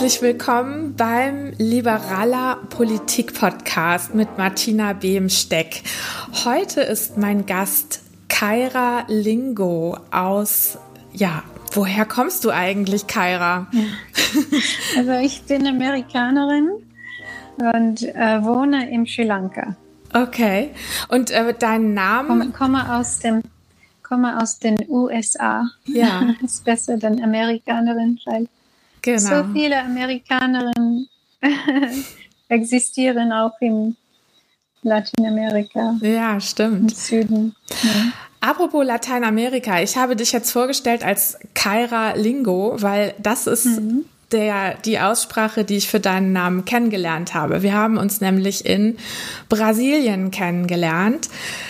herzlich willkommen beim Liberaler Politik Podcast mit Martina Behmsteck. Heute ist mein Gast Kaira Lingo aus, woher kommst du eigentlich, Kaira? Ja. Also ich bin Amerikanerin und wohne in Sri Lanka. Okay. Und deinen Namen? Komme aus den USA. Ja. Ist besser denn Amerikanerin, weil so viele Amerikanerinnen existieren auch in Lateinamerika. Ja, stimmt. Im Süden. Ja. Apropos Lateinamerika, ich habe dich jetzt vorgestellt als Kaira Lingo, weil das ist die Aussprache, die ich für deinen Namen kennengelernt habe. Wir haben uns nämlich in Brasilien kennengelernt,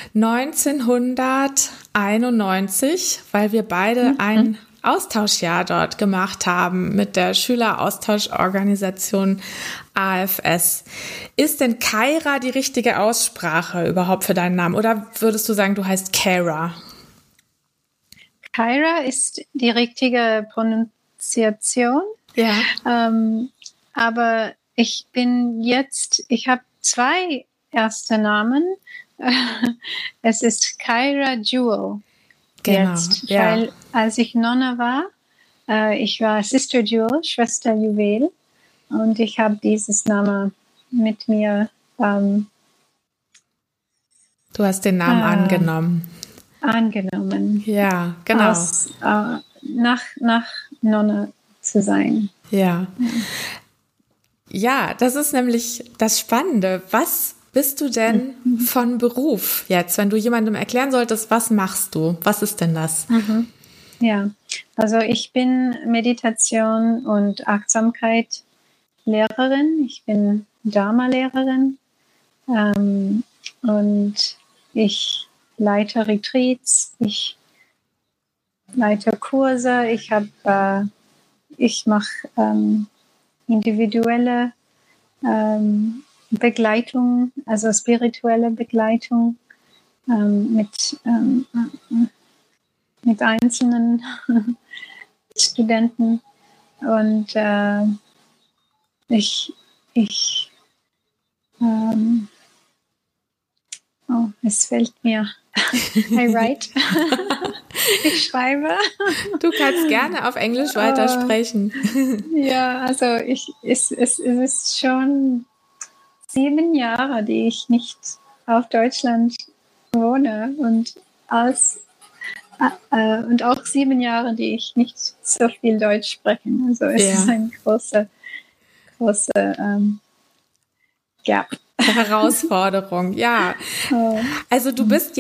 1991, weil wir beide ein Austauschjahr dort gemacht haben mit der Schüleraustauschorganisation AFS. Ist denn Kaira die richtige Aussprache überhaupt für deinen Namen? Oder würdest du sagen, du heißt Kaira? Kaira ist die richtige Pronunciation. Ja. Aber ich habe 2 erste Namen. Es ist Kaira Jewel. Genau, jetzt, weil als ich Nonne war, ich war Sister Jewel, Schwester Juwel, und ich habe dieses Name mit mir. Du hast den Namen angenommen. Angenommen. Ja, genau. Nach Nonne zu sein. Ja. Ja, das ist nämlich das Spannende. Was bist du denn von Beruf jetzt, wenn du jemandem erklären solltest, was machst du? Was ist denn das? Ja, also ich bin Meditation und Achtsamkeit Lehrerin. Ich bin Dharma-Lehrerin und ich leite Retreats, ich leite Kurse, ich mache individuelle Begleitung, also spirituelle Begleitung mit einzelnen Studenten, und es fällt mir. I write. Ich schreibe. Du kannst gerne auf Englisch weitersprechen. Ja, also es ist schon 7 Jahre, die ich nicht auf Deutschland wohne, und auch 7 Jahre, die ich nicht so viel Deutsch spreche. Also es ist eine große Gap. Herausforderung, ja. Also du bist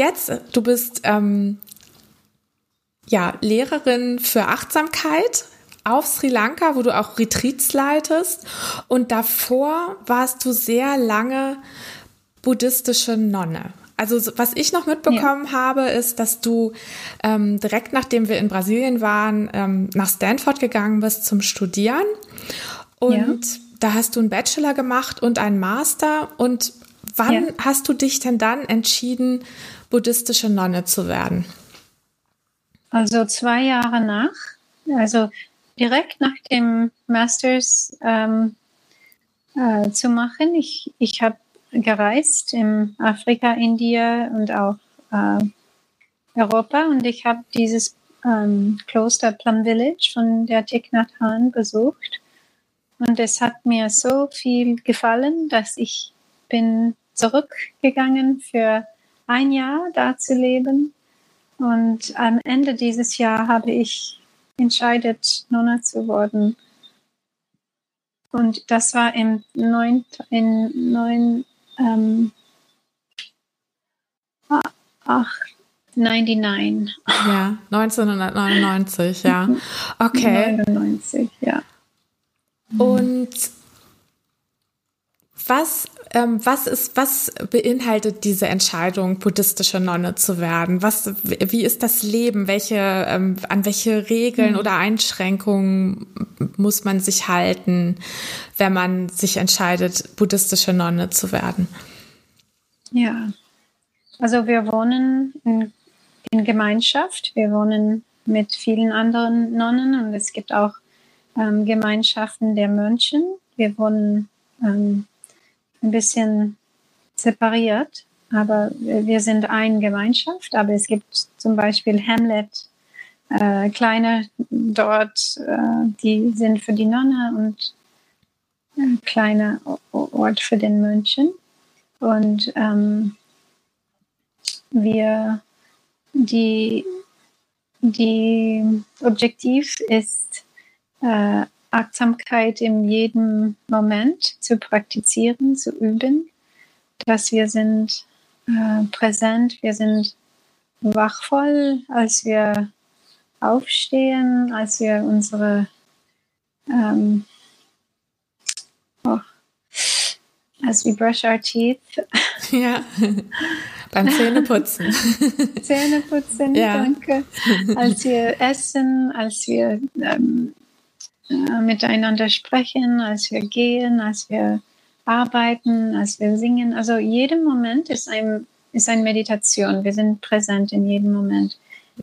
Lehrerin für Achtsamkeit auf Sri Lanka, wo du auch Retreats leitest, und davor warst du sehr lange buddhistische Nonne. Also was ich noch mitbekommen habe, ist, dass du direkt nachdem wir in Brasilien waren, nach Stanford gegangen bist zum Studieren, und da hast du einen Bachelor gemacht und einen Master. Und wann hast du dich denn dann entschieden, buddhistische Nonne zu werden? Also 2 Jahre nach, also direkt nach dem Masters zu machen. Ich habe gereist in Afrika, Indien und auch Europa, und ich habe dieses Kloster Plum Village von der Thich Nhat Hanh besucht. Und es hat mir so viel gefallen, dass ich bin zurückgegangen für 1 Jahr da zu leben. Und am Ende dieses Jahr habe ich entschieden, Nonne zu werden. Und das war im 99, Ja, 1999, ja. Okay. 99, ja. Und was beinhaltet diese Entscheidung, buddhistische Nonne zu werden? Wie ist das Leben? An welche Regeln oder Einschränkungen muss man sich halten, wenn man sich entscheidet, buddhistische Nonne zu werden? Ja, also wir wohnen in Gemeinschaft. Wir wohnen mit vielen anderen Nonnen, und es gibt auch Gemeinschaften der Mönchen. Wir wohnen ein bisschen separiert, aber wir sind eine Gemeinschaft. Aber es gibt zum Beispiel Hamlet, kleine dort, die sind für die Nonne und ein kleiner Ort für den Mönchen. Und die Objektiv ist, Achtsamkeit in jedem Moment zu praktizieren, zu üben, dass wir sind präsent, wir sind wachvoll, als wir aufstehen, als wir unsere as we brush our teeth. Ja, beim Zähneputzen. Zähneputzen, ja. Danke. Als wir essen, als wir miteinander sprechen, als wir gehen, als wir arbeiten, als wir singen. Also jeder Moment ist eine Meditation. Wir sind präsent in jedem Moment.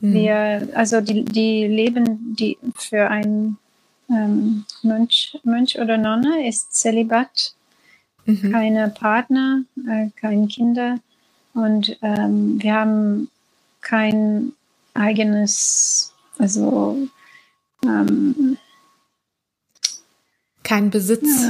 Die leben, die für einen Mönch oder Nonne ist Zölibat, keine Partner, keine Kinder und wir haben kein eigenes, kein Besitz.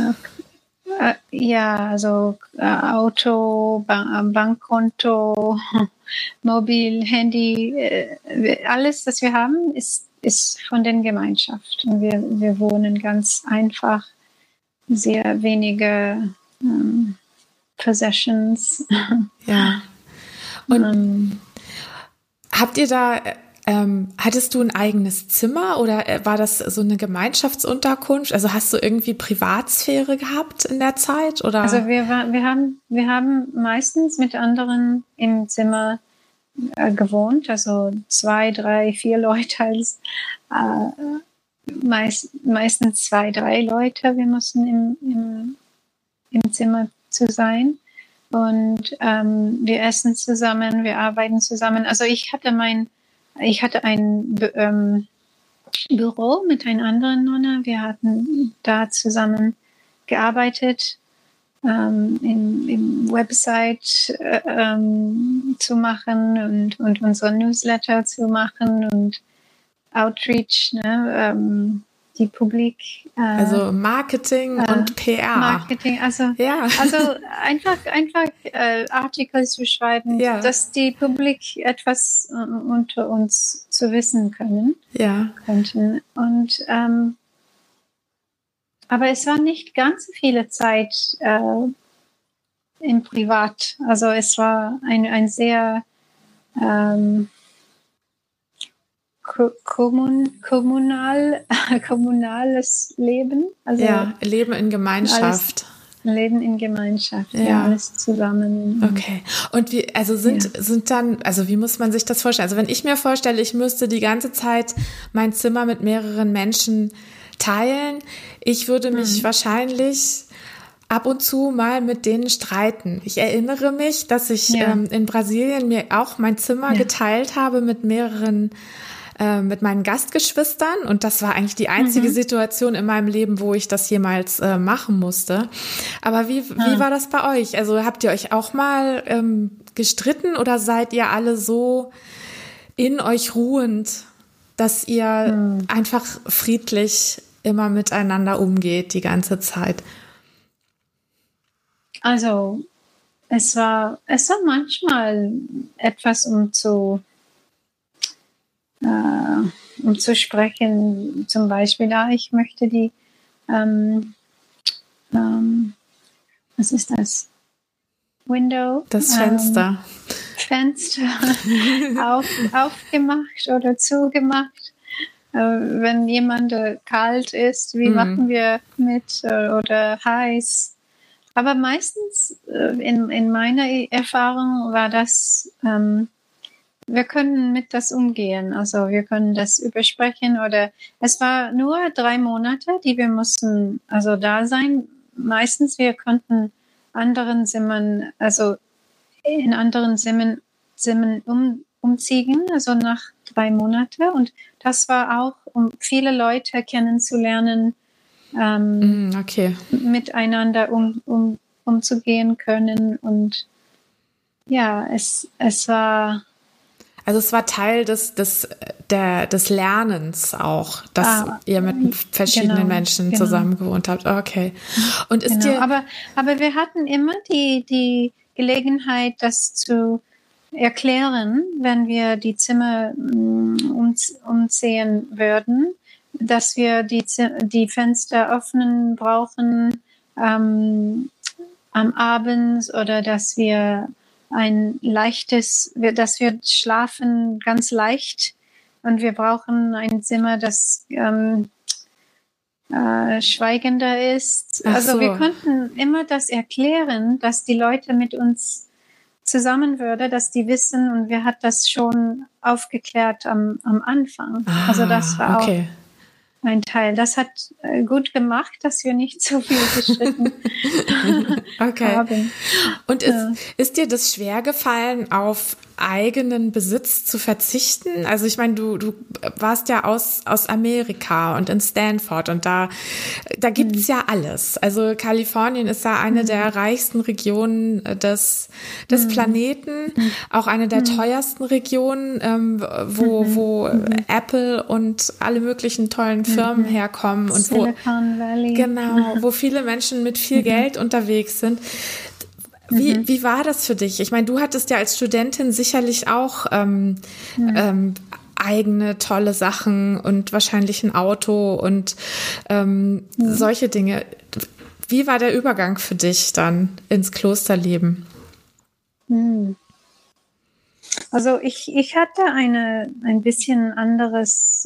Auto, Bankkonto, Mobil, Handy, alles, was wir haben, ist von der Gemeinschaft. Und wir wohnen ganz einfach, sehr wenige Possessions. Ja. Und habt ihr da, hattest du ein eigenes Zimmer oder war das so eine Gemeinschaftsunterkunft? Also hast du irgendwie Privatsphäre gehabt in der Zeit? Oder? Also wir haben meistens mit anderen im Zimmer gewohnt, also 2, 3, 4 Leute als meistens 2, 3 Leute. Wir mussten im Zimmer zu sein und wir essen zusammen, wir arbeiten zusammen. Also ich hatte ein Büro mit einer anderen Nonne. Wir hatten da zusammen gearbeitet, im Website zu machen und unsere Newsletter zu machen und Outreach, die Publik. Also Marketing und PR. Marketing, also einfach Artikel zu schreiben, dass die Publik etwas unter uns zu wissen könnten. Und aber es war nicht ganz viele Zeit im Privat. Also es war ein sehr kommunales Leben. Also Leben in Gemeinschaft. Leben in Gemeinschaft, alles zusammen. Okay. Und sind dann, also wie muss man sich das vorstellen? Also wenn ich mir vorstelle, ich müsste die ganze Zeit mein Zimmer mit mehreren Menschen teilen, ich würde mich wahrscheinlich ab und zu mal mit denen streiten. Ich erinnere mich, dass ich in Brasilien mir auch mein Zimmer geteilt habe mit meinen Gastgeschwistern und das war eigentlich die einzige Situation in meinem Leben, wo ich das jemals machen musste. Aber wie war das bei euch? Also habt ihr euch auch mal gestritten oder seid ihr alle so in euch ruhend, dass ihr einfach friedlich immer miteinander umgeht die ganze Zeit? Also es war manchmal etwas, um zu sprechen, zum Beispiel, ich möchte die, was ist das? Window? Das Fenster. Fenster aufgemacht oder zugemacht. Wenn jemand kalt ist, wie machen wir mit oder heiß? Aber meistens in meiner Erfahrung war das, wir können mit das umgehen. Also wir können das übersprechen oder es war nur 3 Monate, die wir mussten also da sein. Meistens wir konnten anderen Zimmern, also in anderen Zimmern umziehen, also nach 3 Monate. Und das war auch, um viele Leute kennenzulernen, Okay. miteinander umzugehen können. Und ja, es war... Also es war Teil des Lernens auch, dass ihr mit verschiedenen Menschen zusammen gewohnt habt. Okay. Und ist dir... Aber wir hatten immer die Gelegenheit, das zu erklären, wenn wir die Zimmer umziehen würden, dass wir die Fenster öffnen brauchen am Abend, oder dass wir dass wir schlafen ganz leicht, und wir brauchen ein Zimmer, das schweigender ist. Also wir konnten immer das erklären, dass die Leute mit uns zusammen würde, dass die wissen, und wir hat das schon aufgeklärt am Anfang. Also das war auch ein Teil. Das hat gut gemacht, dass wir nicht so viel gestritten haben. Und ist dir das schwer gefallen, auf eigenen Besitz zu verzichten? Also ich meine, du warst ja aus Amerika und in Stanford, und da gibt's ja alles. Also Kalifornien ist ja eine der reichsten Regionen des Planeten, auch eine der teuersten Regionen, wo Apple und alle möglichen tollen Firmen herkommen und Silicon Valley. Genau, wo viele Menschen mit viel Geld unterwegs sind. Wie war das für dich? Ich meine, du hattest ja als Studentin sicherlich auch eigene tolle Sachen und wahrscheinlich ein Auto und solche Dinge. Wie war der Übergang für dich dann ins Klosterleben? Also ich hatte ein bisschen anderes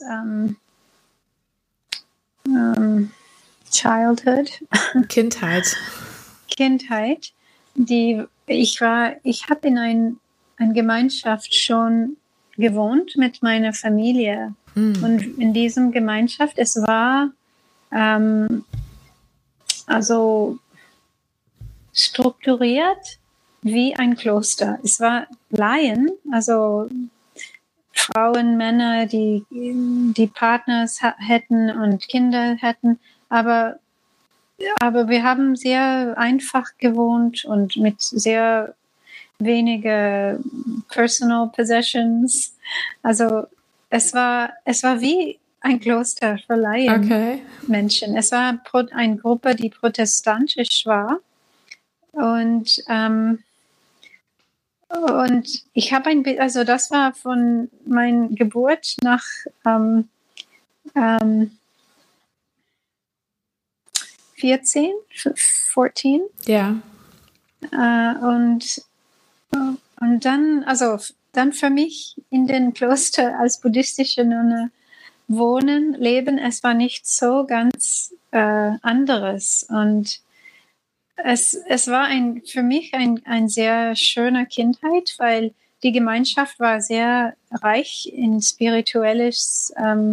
Childhood. Kindheit. Ich habe in einer Gemeinschaft schon gewohnt mit meiner Familie. Und in diesem Gemeinschaft, es war also strukturiert wie ein Kloster. Es war Laien, also Frauen, Männer, die Partners hätten und Kinder hätten, aber wir haben sehr einfach gewohnt und mit sehr wenige Personal Possessions. Also es war wie ein Kloster für Laienmenschen. Es war eine Gruppe, die protestantisch war, und ich habe also das war von meiner Geburt nach 14. Ja. Und dann für mich in den Kloster als buddhistische Nonne leben, es war nicht so ganz anderes. Und es war für mich ein sehr schöner Kindheit, weil die Gemeinschaft war sehr reich in spirituellische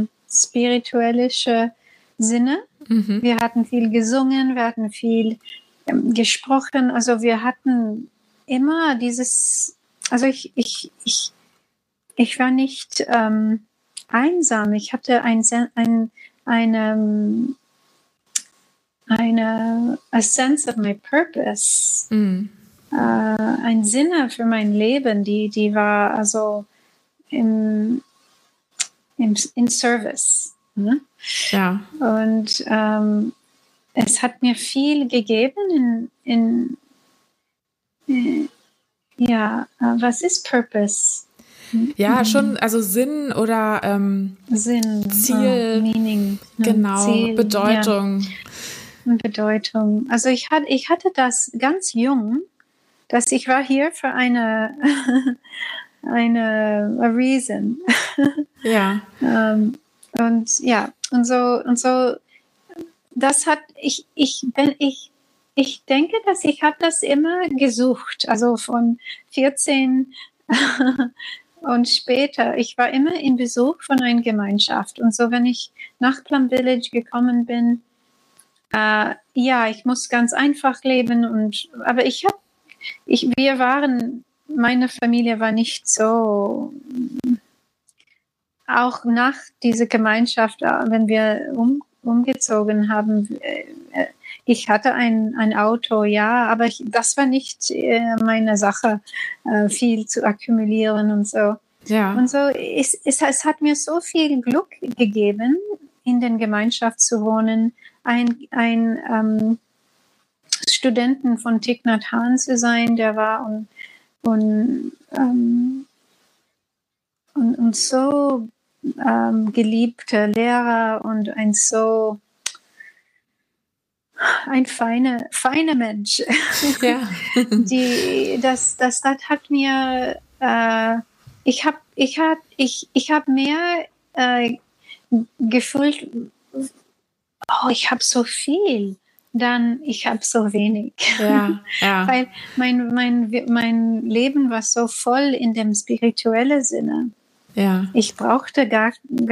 Sinne. Wir hatten viel gesungen, wir hatten viel gesprochen. Also wir hatten immer dieses, also ich war nicht einsam. Ich hatte a sense of my purpose, ein Sinne für mein Leben, die war also in Service. Ne? Ja. Und es hat mir viel gegeben was ist Purpose? Ja, schon, also Sinn oder Sinn, Ziel, Meaning. Genau, Ziel, Bedeutung. Ja. Bedeutung. Also ich hatte das ganz jung, dass ich war hier für eine a reason. Ja. Und so das hat ich denke, dass ich habe das immer gesucht, also von 14 und später. Ich war immer in Besuch von einer Gemeinschaft, und so, wenn ich nach Plum Village gekommen bin, ich muss ganz einfach leben, aber meine Familie war nicht so, auch nach dieser Gemeinschaft, wenn wir umgezogen haben. Ich hatte ein Auto, ja, aber das war nicht meine Sache, viel zu akkumulieren und so. Ja. Und so, es hat mir so viel Glück gegeben, in der Gemeinschaft zu wohnen, ein Studenten von Thich Nhat Hanh zu sein, der war und so geliebter Lehrer und ein feiner Mensch. Ja. Das hat mir ich habe mehr gefühlt, oh, ich habe so viel, dann ich habe so wenig. Ja, ja. Weil mein Leben war so voll in dem spirituellen Sinne. Ja. Ich brauchte gar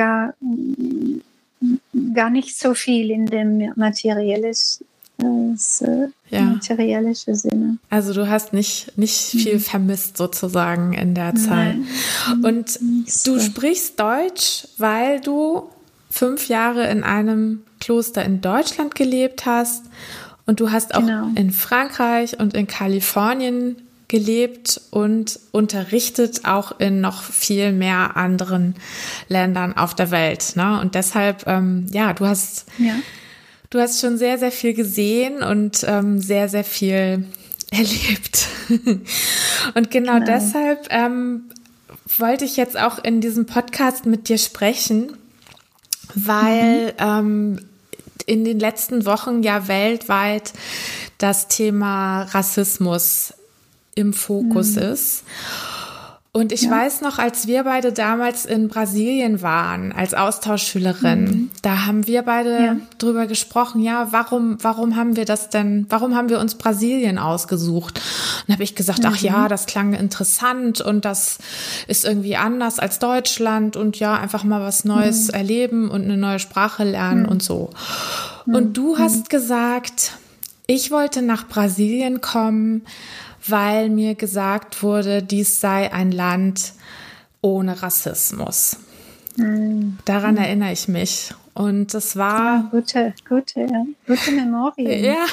nicht so viel in dem materiellen Sinne. Also du hast nicht viel vermisst sozusagen in der Zeit. Und du sprichst Deutsch, weil du 5 Jahre in einem Kloster in Deutschland gelebt hast und du hast auch in Frankreich und in Kalifornien gelebt und unterrichtet auch in noch viel mehr anderen Ländern auf der Welt, ne? Und deshalb, du hast schon sehr, sehr viel gesehen und sehr, sehr viel erlebt. Und genau deshalb wollte ich jetzt auch in diesem Podcast mit dir sprechen, weil in den letzten Wochen ja weltweit das Thema Rassismus im Fokus ist. Und ich weiß noch, als wir beide damals in Brasilien waren, als Austauschschülerin, da haben wir beide drüber gesprochen, warum haben wir uns Brasilien ausgesucht? Und da habe ich gesagt, ach ja, das klang interessant und das ist irgendwie anders als Deutschland und ja, einfach mal was Neues erleben und eine neue Sprache lernen und so. Und du hast gesagt, ich wollte nach Brasilien kommen, weil mir gesagt wurde, dies sei ein Land ohne Rassismus. Daran erinnere ich mich. Und das war... Gute Memorie. Ja,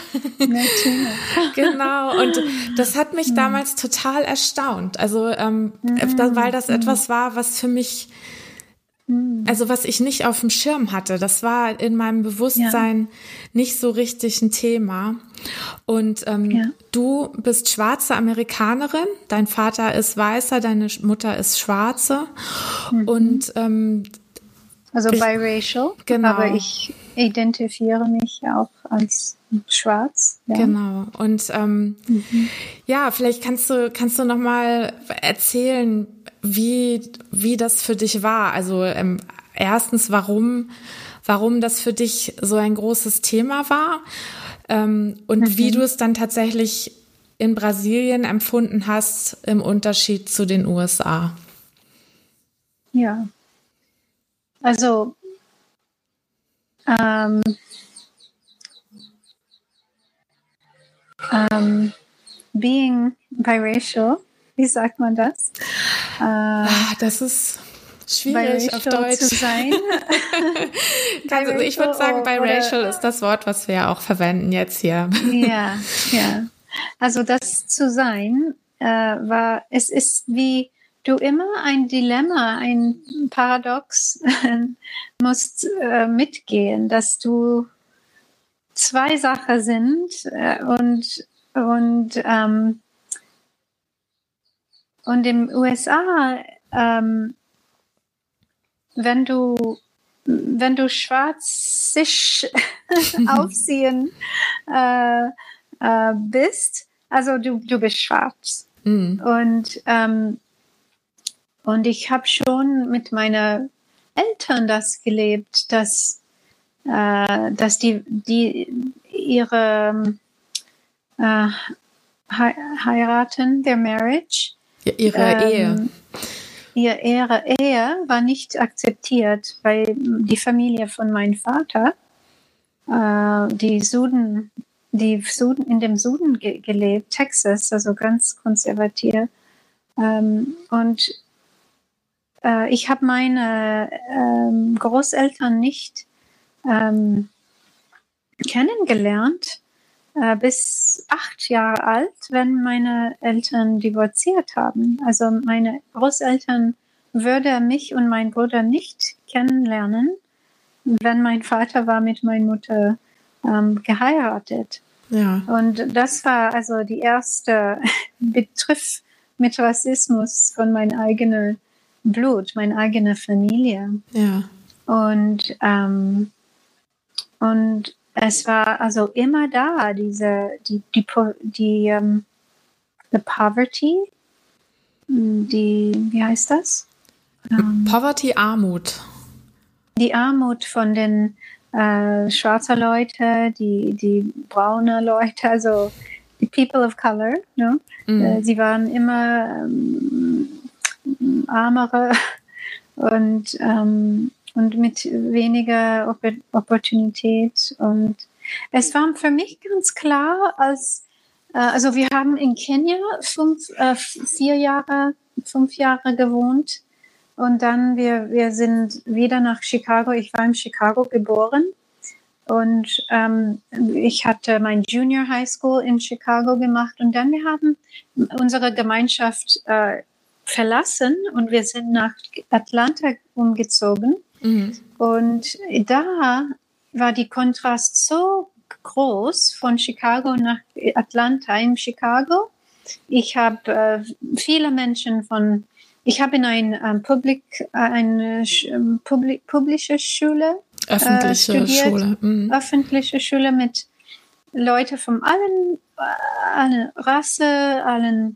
genau. Und das hat mich damals total erstaunt. Also, weil das etwas war, was für mich... Also was ich nicht auf dem Schirm hatte, das war in meinem Bewusstsein nicht so richtig ein Thema. Und du bist schwarze Amerikanerin, dein Vater ist Weißer, deine Mutter ist Schwarze. Und also biracial, genau. Aber ich identifiziere mich auch als schwarz. Ja. Genau. Und vielleicht kannst du noch mal erzählen, wie das für dich war. Also erstens, warum das für dich so ein großes Thema war und wie du es dann tatsächlich in Brasilien empfunden hast im Unterschied zu den USA. Ja, also being biracial, wie sagt man das? Das ist schwierig auf Deutsch zu sein. Also ich würde sagen, biracial ist das Wort, was wir ja auch verwenden jetzt hier. Ja. Also das zu sein es ist wie du immer ein Dilemma, ein Paradox musst mitgehen, dass du zwei Sachen sind und im USA, wenn du schwarzisch aufsehen bist, also du bist schwarz. Und ich habe schon mit meinen Eltern das gelebt, dass die ihre heiraten, their marriage, ihre Ehe. Ihre Ehe war nicht akzeptiert, weil die Familie von meinem Vater, die in dem Süden gelebt, Texas, also ganz konservativ. Und ich habe meine Großeltern nicht kennengelernt, bis 8 Jahre alt, wenn meine Eltern divorziert haben. Also meine Großeltern würde mich und mein Bruder nicht kennenlernen, wenn mein Vater war mit meiner Mutter geheiratet. Ja. Und das war also die erste Betriff mit Rassismus von meinem eigenen Blut, meiner eigenen Familie. Ja. Und es war also immer da, die Poverty, wie heißt das? Poverty, Armut. Die Armut von den schwarzen Leuten, die braune Leute, also die People of Color, ne? Sie waren immer ärmere und mit weniger Opportunität. Und es war für mich ganz klar, also wir haben in Kenia 5 Jahre gewohnt. Und dann wir sind wieder nach Chicago. Ich war in Chicago geboren und ich hatte mein Junior High School in Chicago gemacht. Und dann wir haben unsere Gemeinschaft verlassen und wir sind nach Atlanta umgezogen. Und da war die Kontrast so groß von Chicago nach Atlanta. In Chicago, ich habe viele Menschen ich habe in eine publische Schule studiert, öffentliche Schule mit Leuten von allen Rasse, allen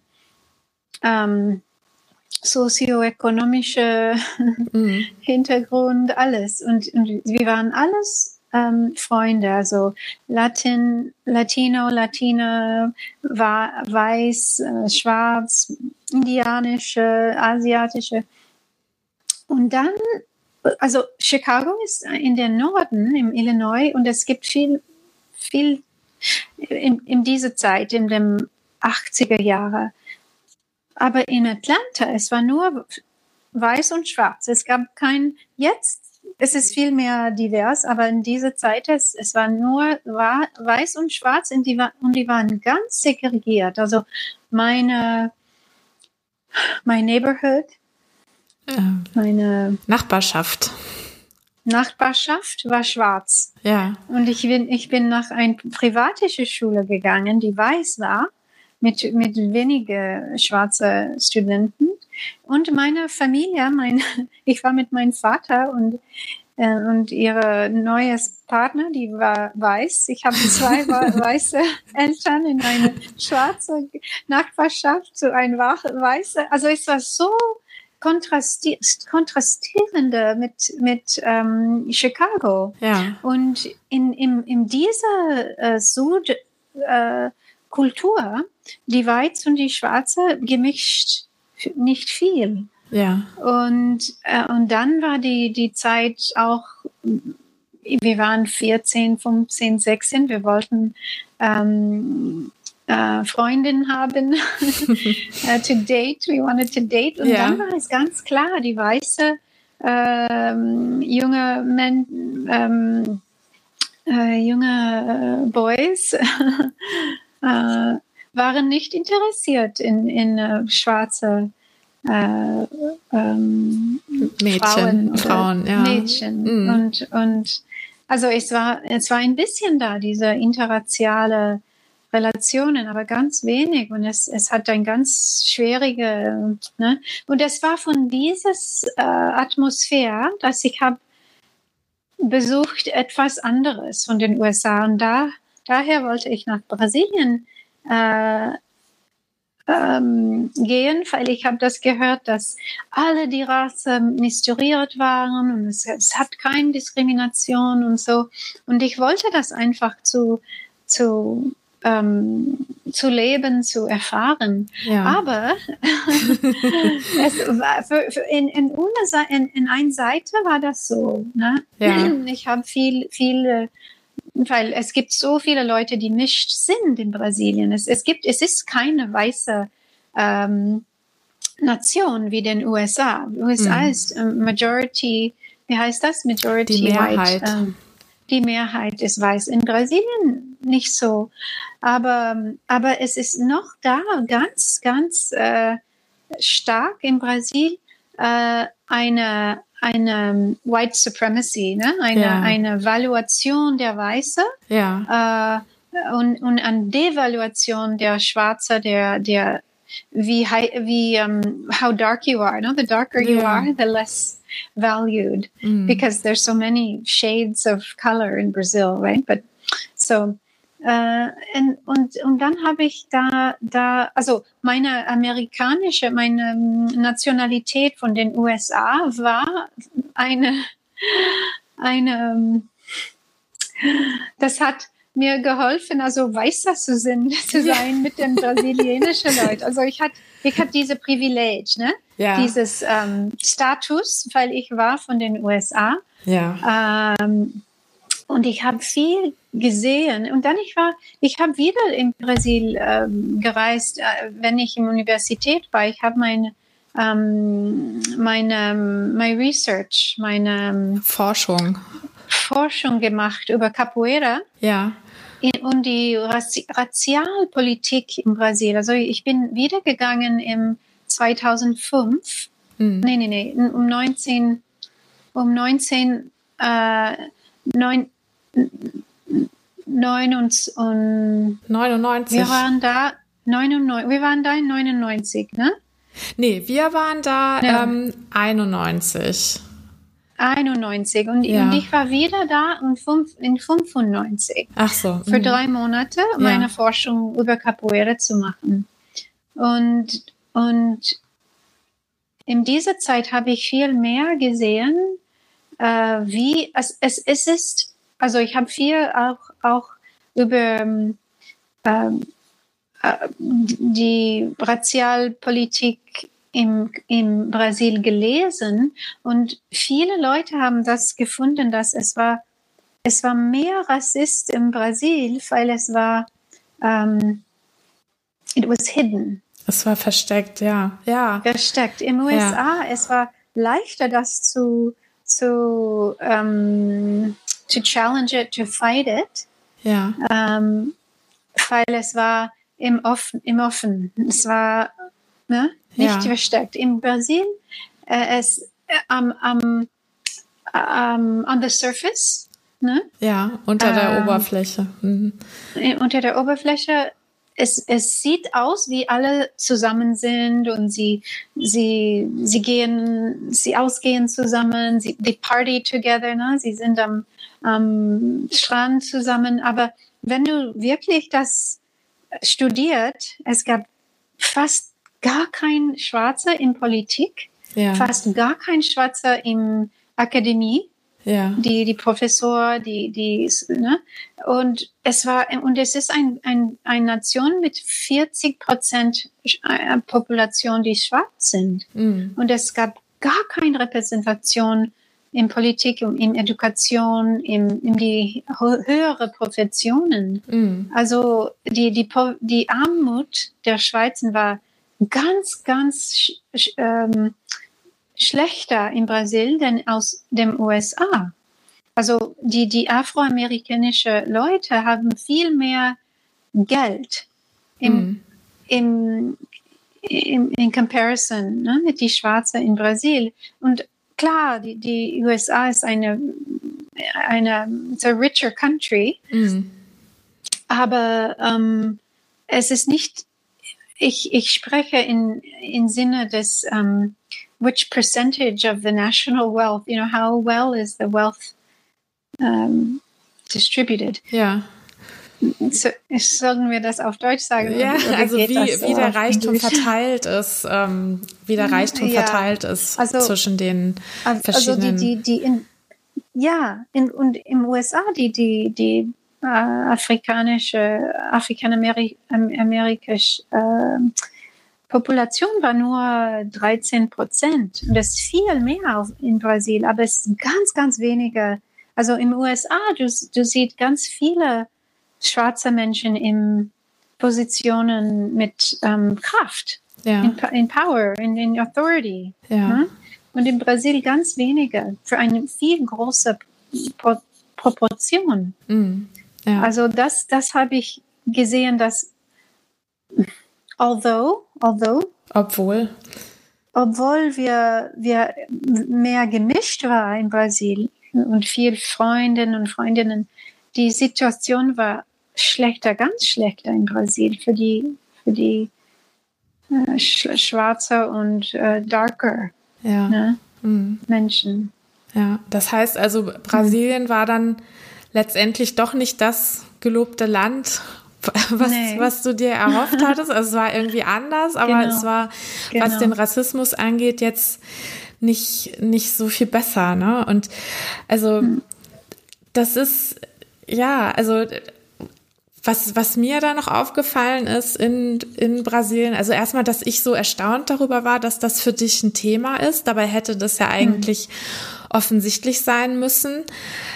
sozioökonomische Hintergrund, alles. Und wir waren alles Freunde, also Latino, Latina, weiß, schwarz, indianische, asiatische. Und dann, also Chicago ist in den Norden, im Illinois, und es gibt viel in dieser Zeit, in den 80er Jahren. Aber in Atlanta, es war nur weiß und schwarz. Es gab jetzt es ist viel mehr divers, aber in dieser Zeit, es war nur weiß und schwarz und die waren ganz segregiert. Also mein Neighborhood, meine Nachbarschaft war schwarz. Ja. Und ich bin nach einer privatischen Schule gegangen, die weiß war, mit wenigen schwarzen Studenten. Und meine Familie, ich war mit meinem Vater und ihre neues Partner, die war weiß. Ich habe 2 weiße Eltern in eine schwarze Nachbarschaft, so ein weiße. Also es war so kontrastierende mit Chicago. Ja. Und in dieser Kultur, die Weiß und die Schwarze gemischt nicht viel. Ja. Und dann war die Zeit auch, wir waren 14, 15, 16, wir wollten Freundin haben, we wanted to date. Und dann war es ganz klar, die weiße junge Boys waren nicht interessiert in schwarze Frauen, ja. Mädchen. Und also es war ein bisschen da, diese interraziale Relationen, aber ganz wenig. Und es hat ein ganz schwierige, ne? Und es war von dieses Atmosphäre, dass ich habe besucht etwas anderes von den USA. Und daher wollte ich nach Brasilien gehen, weil ich habe das gehört, dass alle die Rasse missuriert waren und es hat keine Diskrimination und so. Und ich wollte das einfach zu leben, zu erfahren. Ja. Aber es war in einer Seite war das so. Ne? Ja. Ich habe viel weil es gibt so viele Leute, die nicht sind in Brasilien. Es ist keine weiße Nation wie den USA. USA ist Majority, wie heißt das? Majority die Mehrheit. White. die Mehrheit ist weiß. In Brasilien nicht so. Aber es ist noch da ganz, ganz stark in Brasilien eine White Supremacy, ne? Eine Valuation der Weiße und eine Devaluation der Schwarze, der how dark you are, no? The darker you are, the less valued, because there's so many shades of color in Brazil, right? But so und dann habe ich also meine Nationalität von den USA war das hat mir geholfen, also weißer zu sein mit den brasilianischen Leuten. Also ich hatte diese Privileg, ne? Ja. Dieses Status, weil ich war von den USA. Ja. Und ich habe viel gesehen. Und dann ich habe wieder in Brasil gereist, wenn ich in der Universität war. Ich habe meine Research, meine Forschung gemacht über Capoeira. Ja. Und die Racialpolitik in Brasilien. Also ich bin wiedergegangen im 2005. Nee, um 1999. Wir waren da 99, ne? Nee, wir waren da 91. 91 und ich war wieder da in 95. Ach so. Für 3 Monate, um meine Forschung über Capoeira zu machen. Und in dieser Zeit habe ich viel mehr gesehen, wie es ist. Also ich habe viel auch über die Racialpolitik in Brasil gelesen und viele Leute haben das gefunden, dass es war mehr Rassist in Brasil, weil es war it was hidden. Es war versteckt, ja. Versteckt. Im USA, es war leichter, das zu challenge it, to fight it. Ja. Weil es war im Offen. Es war nicht versteckt. In Brasil, es on the surface. Ne? Ja, unter der Oberfläche. Unter der Oberfläche. Es sieht aus, wie alle zusammen sind und sie ausgehen zusammen, they party together, ne? Sie sind am Strand zusammen. Aber wenn du wirklich das studiert, es gab fast gar kein Schwarzer in Politik, fast gar kein Schwarzer in Akademie. Ja. Die Professor, ne? Und es ist eine Nation mit 40% Population, die schwarz sind. Und es gab gar keine Repräsentation in Politik, in Education, in die höhere Professionen. Also die Armut der Schweizer war ganz, ganz schlechter in Brasilien denn aus den USA. Also die afroamerikanische Leute haben viel mehr Geld in Comparison, ne, mit die Schwarze in Brasilien. Und klar, die USA ist it's a richer country, aber es ist nicht, ich spreche in Sinne des which percentage of the national wealth, how well is the wealth distributed? Ja. Sollen wir das auf Deutsch sagen? Ja, also wie der Reichtum verteilt ist, zwischen den verschiedenen. Und im USA die afrikanische Population war nur 13%. Und das ist viel mehr in Brasilien, aber es sind ganz, ganz wenige. Also im USA, du siehst ganz viele schwarze Menschen in Positionen mit Kraft, in Power, in Authority. Ja. Und in Brasilien ganz wenige für eine viel größere Proportion. Ja. Also das habe ich gesehen, dass obwohl wir mehr gemischt war in Brasilien und viel Freundinnen und Freundinnen, die Situation war schlechter, ganz schlechter in Brasilien für die schwarzer und darker Menschen. Ja, das heißt also, Brasilien war dann letztendlich doch nicht das gelobte Land, was du dir erhofft hattest. Also es war irgendwie anders, aber es war, was den Rassismus angeht, jetzt nicht so viel besser, ne? Und also das ist, also was mir da noch aufgefallen ist in Brasilien, also erstmal, dass ich so erstaunt darüber war, dass das für dich ein Thema ist. Dabei hätte das ja eigentlich offensichtlich sein müssen.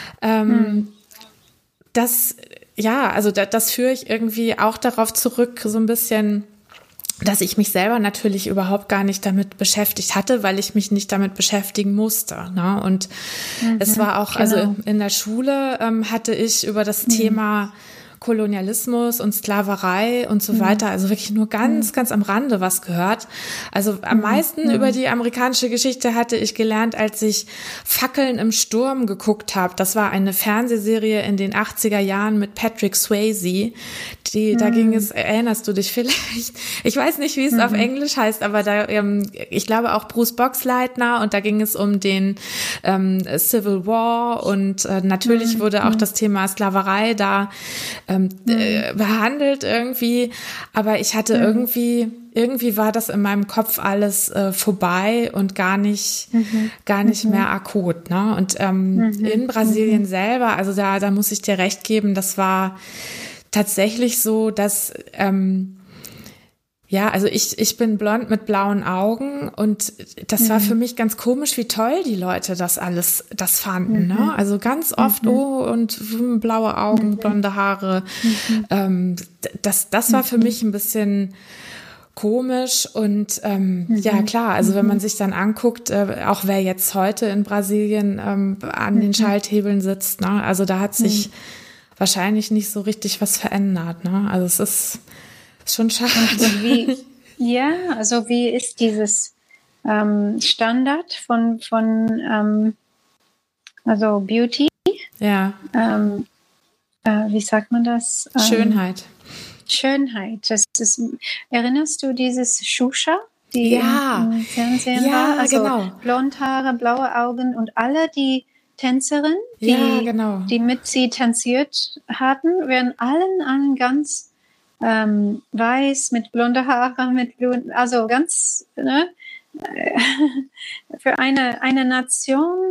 Das führe ich irgendwie auch darauf zurück, so ein bisschen, dass ich mich selber natürlich überhaupt gar nicht damit beschäftigt hatte, weil ich mich nicht damit beschäftigen musste. Ne? Und es war auch, also in der Schule hatte ich über das Thema Kolonialismus und Sklaverei und so weiter, also wirklich nur ganz, ganz am Rande was gehört. Also am meisten über die amerikanische Geschichte hatte ich gelernt, als ich Fackeln im Sturm geguckt habe. Das war eine Fernsehserie in den 80er Jahren mit Patrick Swayze. Da ging es, erinnerst du dich vielleicht? Ich weiß nicht, wie es auf Englisch heißt, aber da, ich glaube auch Bruce Boxleitner, und da ging es um den Civil War, und natürlich wurde auch das Thema Sklaverei da behandelt irgendwie, aber ich hatte irgendwie war das in meinem Kopf alles vorbei und gar nicht mehr akut, ne? Und in Brasilien selber, also da muss ich dir recht geben, das war tatsächlich so, dass also ich bin blond mit blauen Augen, und das war für mich ganz komisch, wie toll die Leute das fanden, ne? Also ganz oft, und blaue Augen, blonde Haare. Das war für mich ein bisschen komisch, und ja klar, also wenn man sich dann anguckt, auch wer jetzt heute in Brasilien an den Schalthebeln sitzt, ne? Also da hat sich wahrscheinlich nicht so richtig was verändert, ne? Also es ist schon schade. Also wie ist dieses Standard von also Beauty? Ja. Wie sagt man das? Schönheit. Das ist, erinnerst du dieses Shusha, die im Fernsehen ja, war? Also genau. Blondhaare, blaue Augen, und alle die Tänzerinnen, die mit sie tanziert hatten, werden allen ganz weiß, mit blonde Haare, also ganz, ne? Für eine Nation,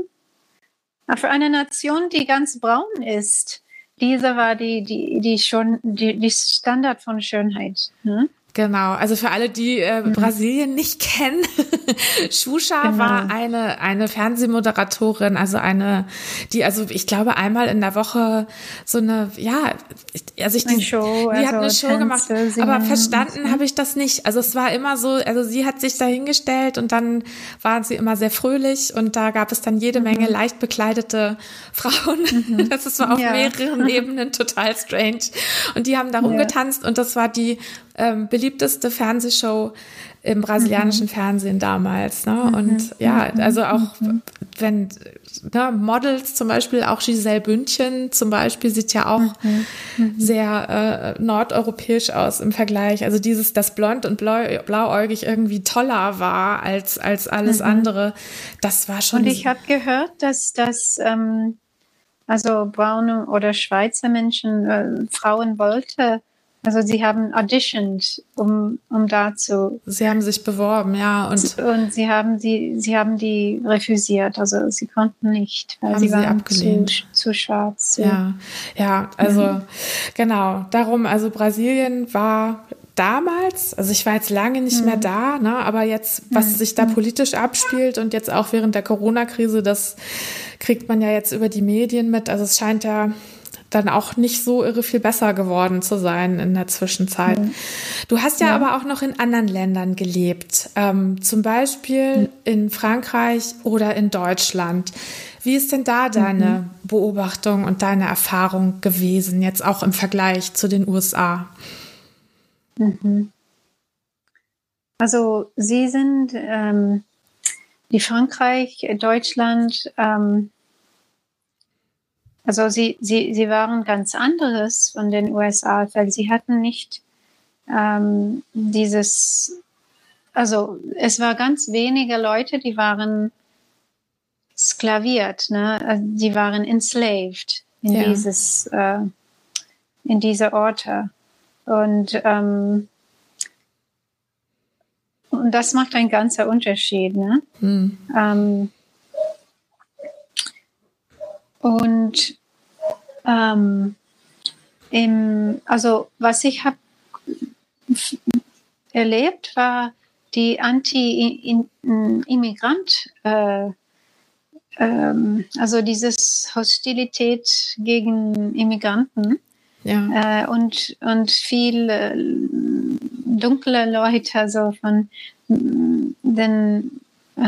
die ganz braun ist. Diese war die Standard von Schönheit. Ne? Genau, also für alle, die Brasilien nicht kennen, Xuxa war eine Fernsehmoderatorin, also die ich glaube einmal in der Woche so eine, die hat eine Show gemacht, aber verstanden habe ich das nicht. Also es war immer so, also sie hat sich da hingestellt, und dann waren sie immer sehr fröhlich, und da gab es dann jede Menge leicht bekleidete Frauen. Das war auf mehreren Ebenen total strange, und die haben da rumgetanzt, und das war die beliebteste Fernsehshow im brasilianischen Fernsehen damals, ne? Und also auch wenn Models zum Beispiel, auch Giselle Bündchen zum Beispiel, sieht ja auch sehr nordeuropäisch aus im Vergleich. Also das blond und blauäugig irgendwie toller war als alles andere, das war schon. Und ich habe gehört, dass also braune oder Schweizer Menschen, Frauen wollte. Also sie haben auditioned, um dazu. Sie haben sich beworben, ja, und sie haben die refusiert. Also sie konnten nicht, weil sie waren abgelehnt. Zu schwarz. Ja, also genau. Darum, also Brasilien war damals, also ich war jetzt lange nicht mehr da, ne, aber jetzt, was sich da politisch abspielt, und jetzt auch während der Corona-Krise, das kriegt man ja jetzt über die Medien mit. Also es scheint ja dann auch nicht so irre viel besser geworden zu sein in der Zwischenzeit. Du hast ja aber auch noch in anderen Ländern gelebt, zum Beispiel in Frankreich oder in Deutschland. Wie ist denn da deine Beobachtung und deine Erfahrung gewesen, jetzt auch im Vergleich zu den USA? Also Sie sind die Frankreich, Deutschland, also sie waren ganz anderes von den USA, weil sie hatten nicht also es war ganz wenige Leute, die waren sklaviert, ne? Also die waren enslaved in in diese Orte. Und das macht einen ganzen Unterschied, ne? Also was ich habe erlebt, war die Anti-Immigrant, also dieses Hostilität gegen Immigranten. Ja. Und viel dunkle Leute, also von den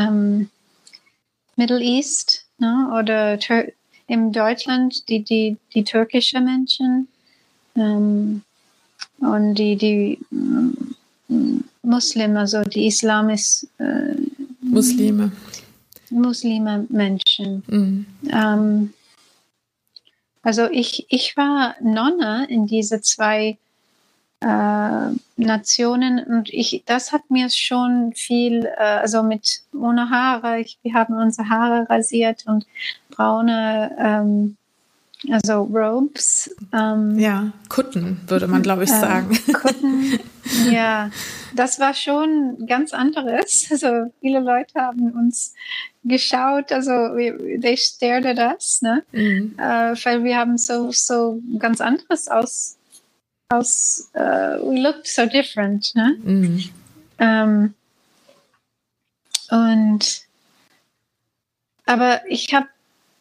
Middle East, ne, oder in Deutschland die türkische Menschen und die Muslime, also die Muslime Menschen. Also ich war Nonne in diese zwei Nationen und das hat mir schon viel, also ohne Haare, wir haben unsere Haare rasiert und braune, also Robes. Kutten würde man, glaube ich, sagen. Kutten, ja, das war schon ganz anderes. Also viele Leute haben uns geschaut, also they stared at us, ne? Weil wir haben so ganz anderes we looked so different, ne? Aber ich habe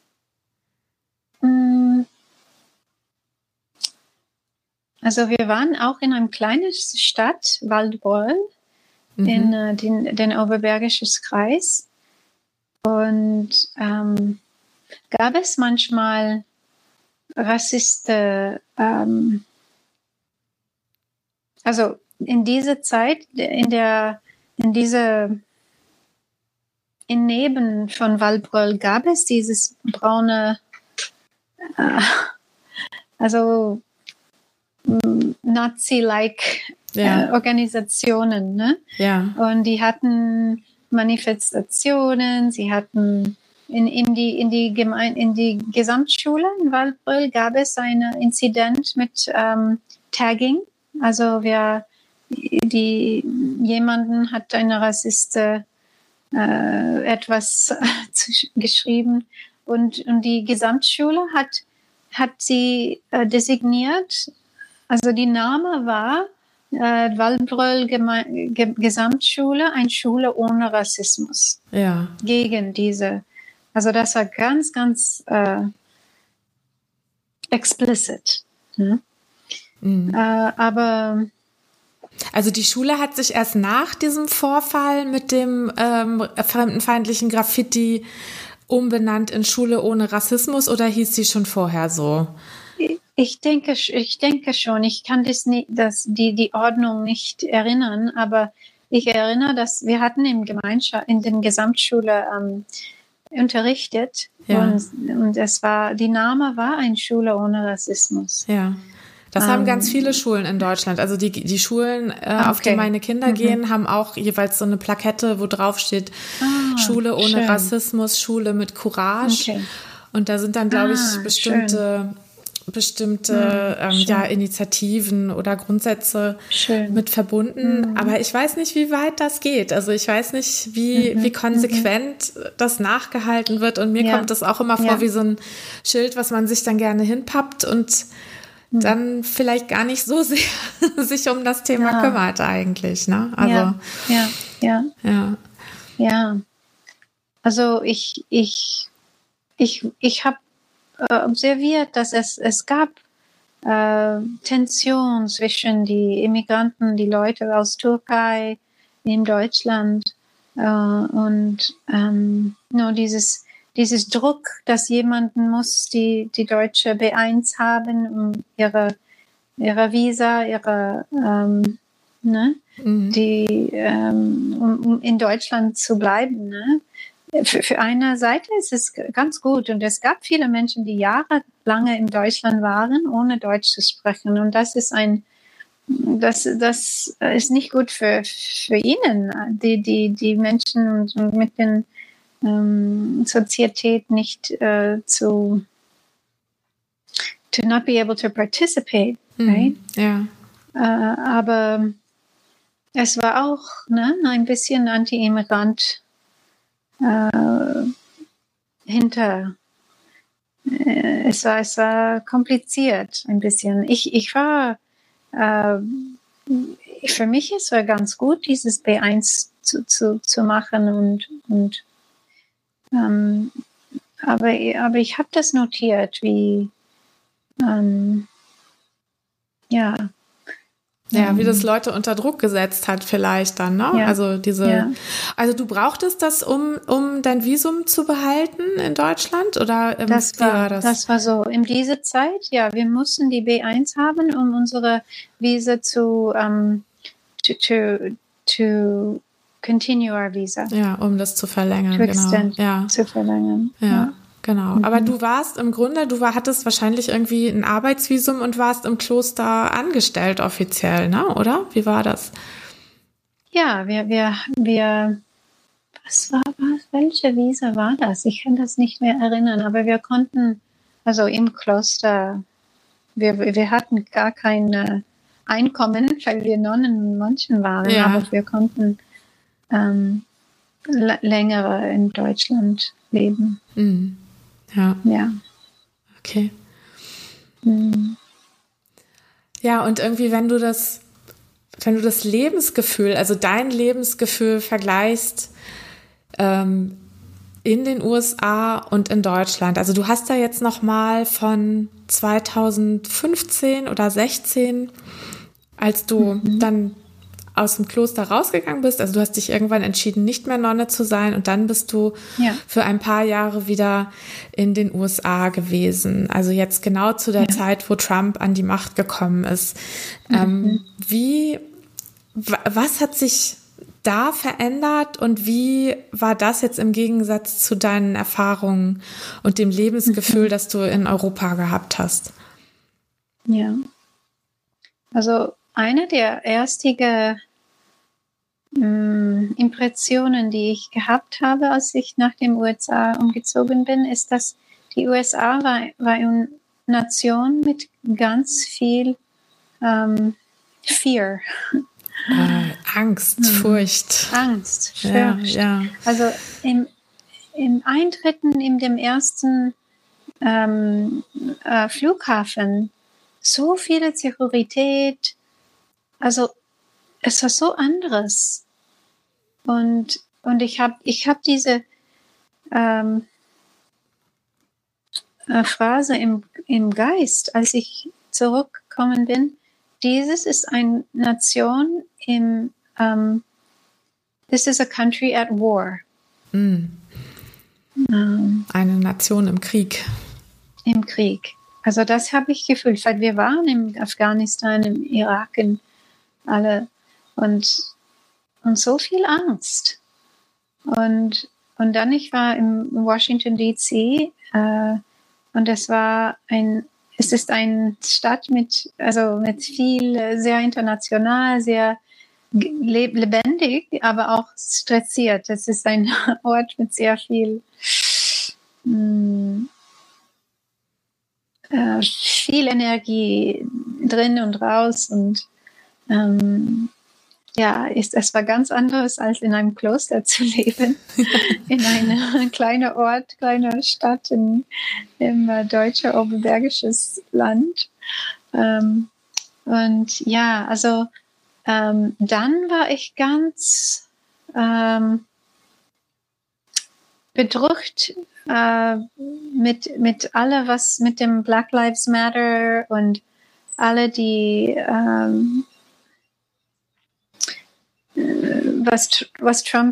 also wir waren auch in einer kleinen Stadt, Waldbröl, in den Oberbergischen Kreis. Und gab es manchmal Rassisten, also in dieser Zeit, in Neben von Waldbröl gab es dieses braune, also Nazi-like Organisationen, ne? Ja. Und die hatten Manifestationen, sie hatten in die Gesamtschule in Waldbröl gab es einen Inzident mit Tagging. Also jemanden hat eine Rassiste etwas geschrieben und die Gesamtschule hat sie designiert. Also die Name war Waldbröl Gesamtschule, eine Schule ohne Rassismus. Ja. Gegen diese. Also das war ganz, ganz explicit. Ne? Aber also die Schule hat sich erst nach diesem Vorfall mit dem fremdenfeindlichen Graffiti umbenannt in Schule ohne Rassismus oder hieß sie schon vorher so? Ich denke schon. Ich kann die Ordnung nicht erinnern, aber ich erinnere, dass wir hatten in der Gesamtschule unterrichtet und die Name war eine Schule ohne Rassismus. Ja. Das haben ganz viele Schulen in Deutschland. Also die Schulen, auf die meine Kinder gehen, haben auch jeweils so eine Plakette, wo drauf steht Schule ohne Rassismus, Schule mit Courage. Okay. Und da sind dann, glaube ich, bestimmte Initiativen oder Grundsätze mit verbunden. Aber ich weiß nicht, wie weit das geht. Also ich weiß nicht, wie konsequent das nachgehalten wird. Und mir kommt das auch immer vor wie so ein Schild, was man sich dann gerne hinpappt und dann vielleicht gar nicht so sehr sich um das Thema kümmert eigentlich, ne? Also ja. Also ich habe observiert, dass es gab Tension zwischen die Immigranten, die Leute aus Türkei in Deutschland und nur dieses Druck, dass jemanden muss die deutsche B1 haben, um ihre Visa, um in Deutschland zu bleiben. Ne? Für eine Seite ist es ganz gut und es gab viele Menschen, die jahrelang in Deutschland waren, ohne Deutsch zu sprechen und das ist nicht gut für ihnen, die Menschen und mit den Sozietät nicht to not be able to participate, right? Ja. Aber es war auch ein bisschen Anti-Immigrant hinter. Es war kompliziert ein bisschen. Ich war für mich es war ganz gut, dieses B1 zu machen aber ich habe das notiert, wie wie das Leute unter Druck gesetzt hat vielleicht dann, ne? Ja, also du brauchtest das, um dein Visum zu behalten in Deutschland oder wie war das? Das war so. In dieser Zeit, ja, wir mussten die B1 haben, um unsere Visa to continue our visa. Ja, um das zu verlängern, to extend, zu verlängern. Ja. Genau, aber du warst im Grunde, hattest wahrscheinlich irgendwie ein Arbeitsvisum und warst im Kloster angestellt offiziell, ne? Oder? Wie war das? Ja, welche Visa war das? Ich kann das nicht mehr erinnern, aber wir konnten, also im Kloster, wir hatten gar kein Einkommen, weil wir Nonnen und Mönchen waren, aber wir konnten länger in Deutschland leben. Mhm. Ja. Okay. Ja, und irgendwie, wenn du das Lebensgefühl, also dein Lebensgefühl vergleichst in den USA und in Deutschland, also du hast da jetzt nochmal von 2015 oder 16, als du dann aus dem Kloster rausgegangen bist, also du hast dich irgendwann entschieden, nicht mehr Nonne zu sein und dann bist du für ein paar Jahre wieder in den USA gewesen. Also jetzt genau zu der Zeit, wo Trump an die Macht gekommen ist. Was hat sich da verändert und wie war das jetzt im Gegensatz zu deinen Erfahrungen und dem Lebensgefühl, das du in Europa gehabt hast? Ja, also eine der ersten Impressionen, die ich gehabt habe, als ich nach den USA umgezogen bin, ist, dass die USA war eine Nation mit ganz viel Fear. Angst, Furcht. Angst, Furcht. Ja. Also im Eintreten in dem ersten Flughafen so viele Sekurität, also es war so anderes und ich hab diese Phrase im Geist, als ich zurückgekommen bin. Dieses ist eine Nation this is a country at war. Eine Nation im Krieg. Im Krieg. Also das habe ich gefühlt, weil wir waren in Afghanistan, im Irak, in alle und so viel Angst. Und dann ich war in Washington D.C. Und es ist eine Stadt mit viel, sehr international, sehr lebendig, aber auch stressiert. Es ist ein Ort mit sehr viel viel Energie drin und raus und es war ganz anderes als in einem Kloster zu leben, in einer kleinen Ort, kleiner Stadt im deutschen oberbergisches Land. Dann war ich ganz bedrückt mit alle, was mit dem Black Lives Matter und alle die was Trump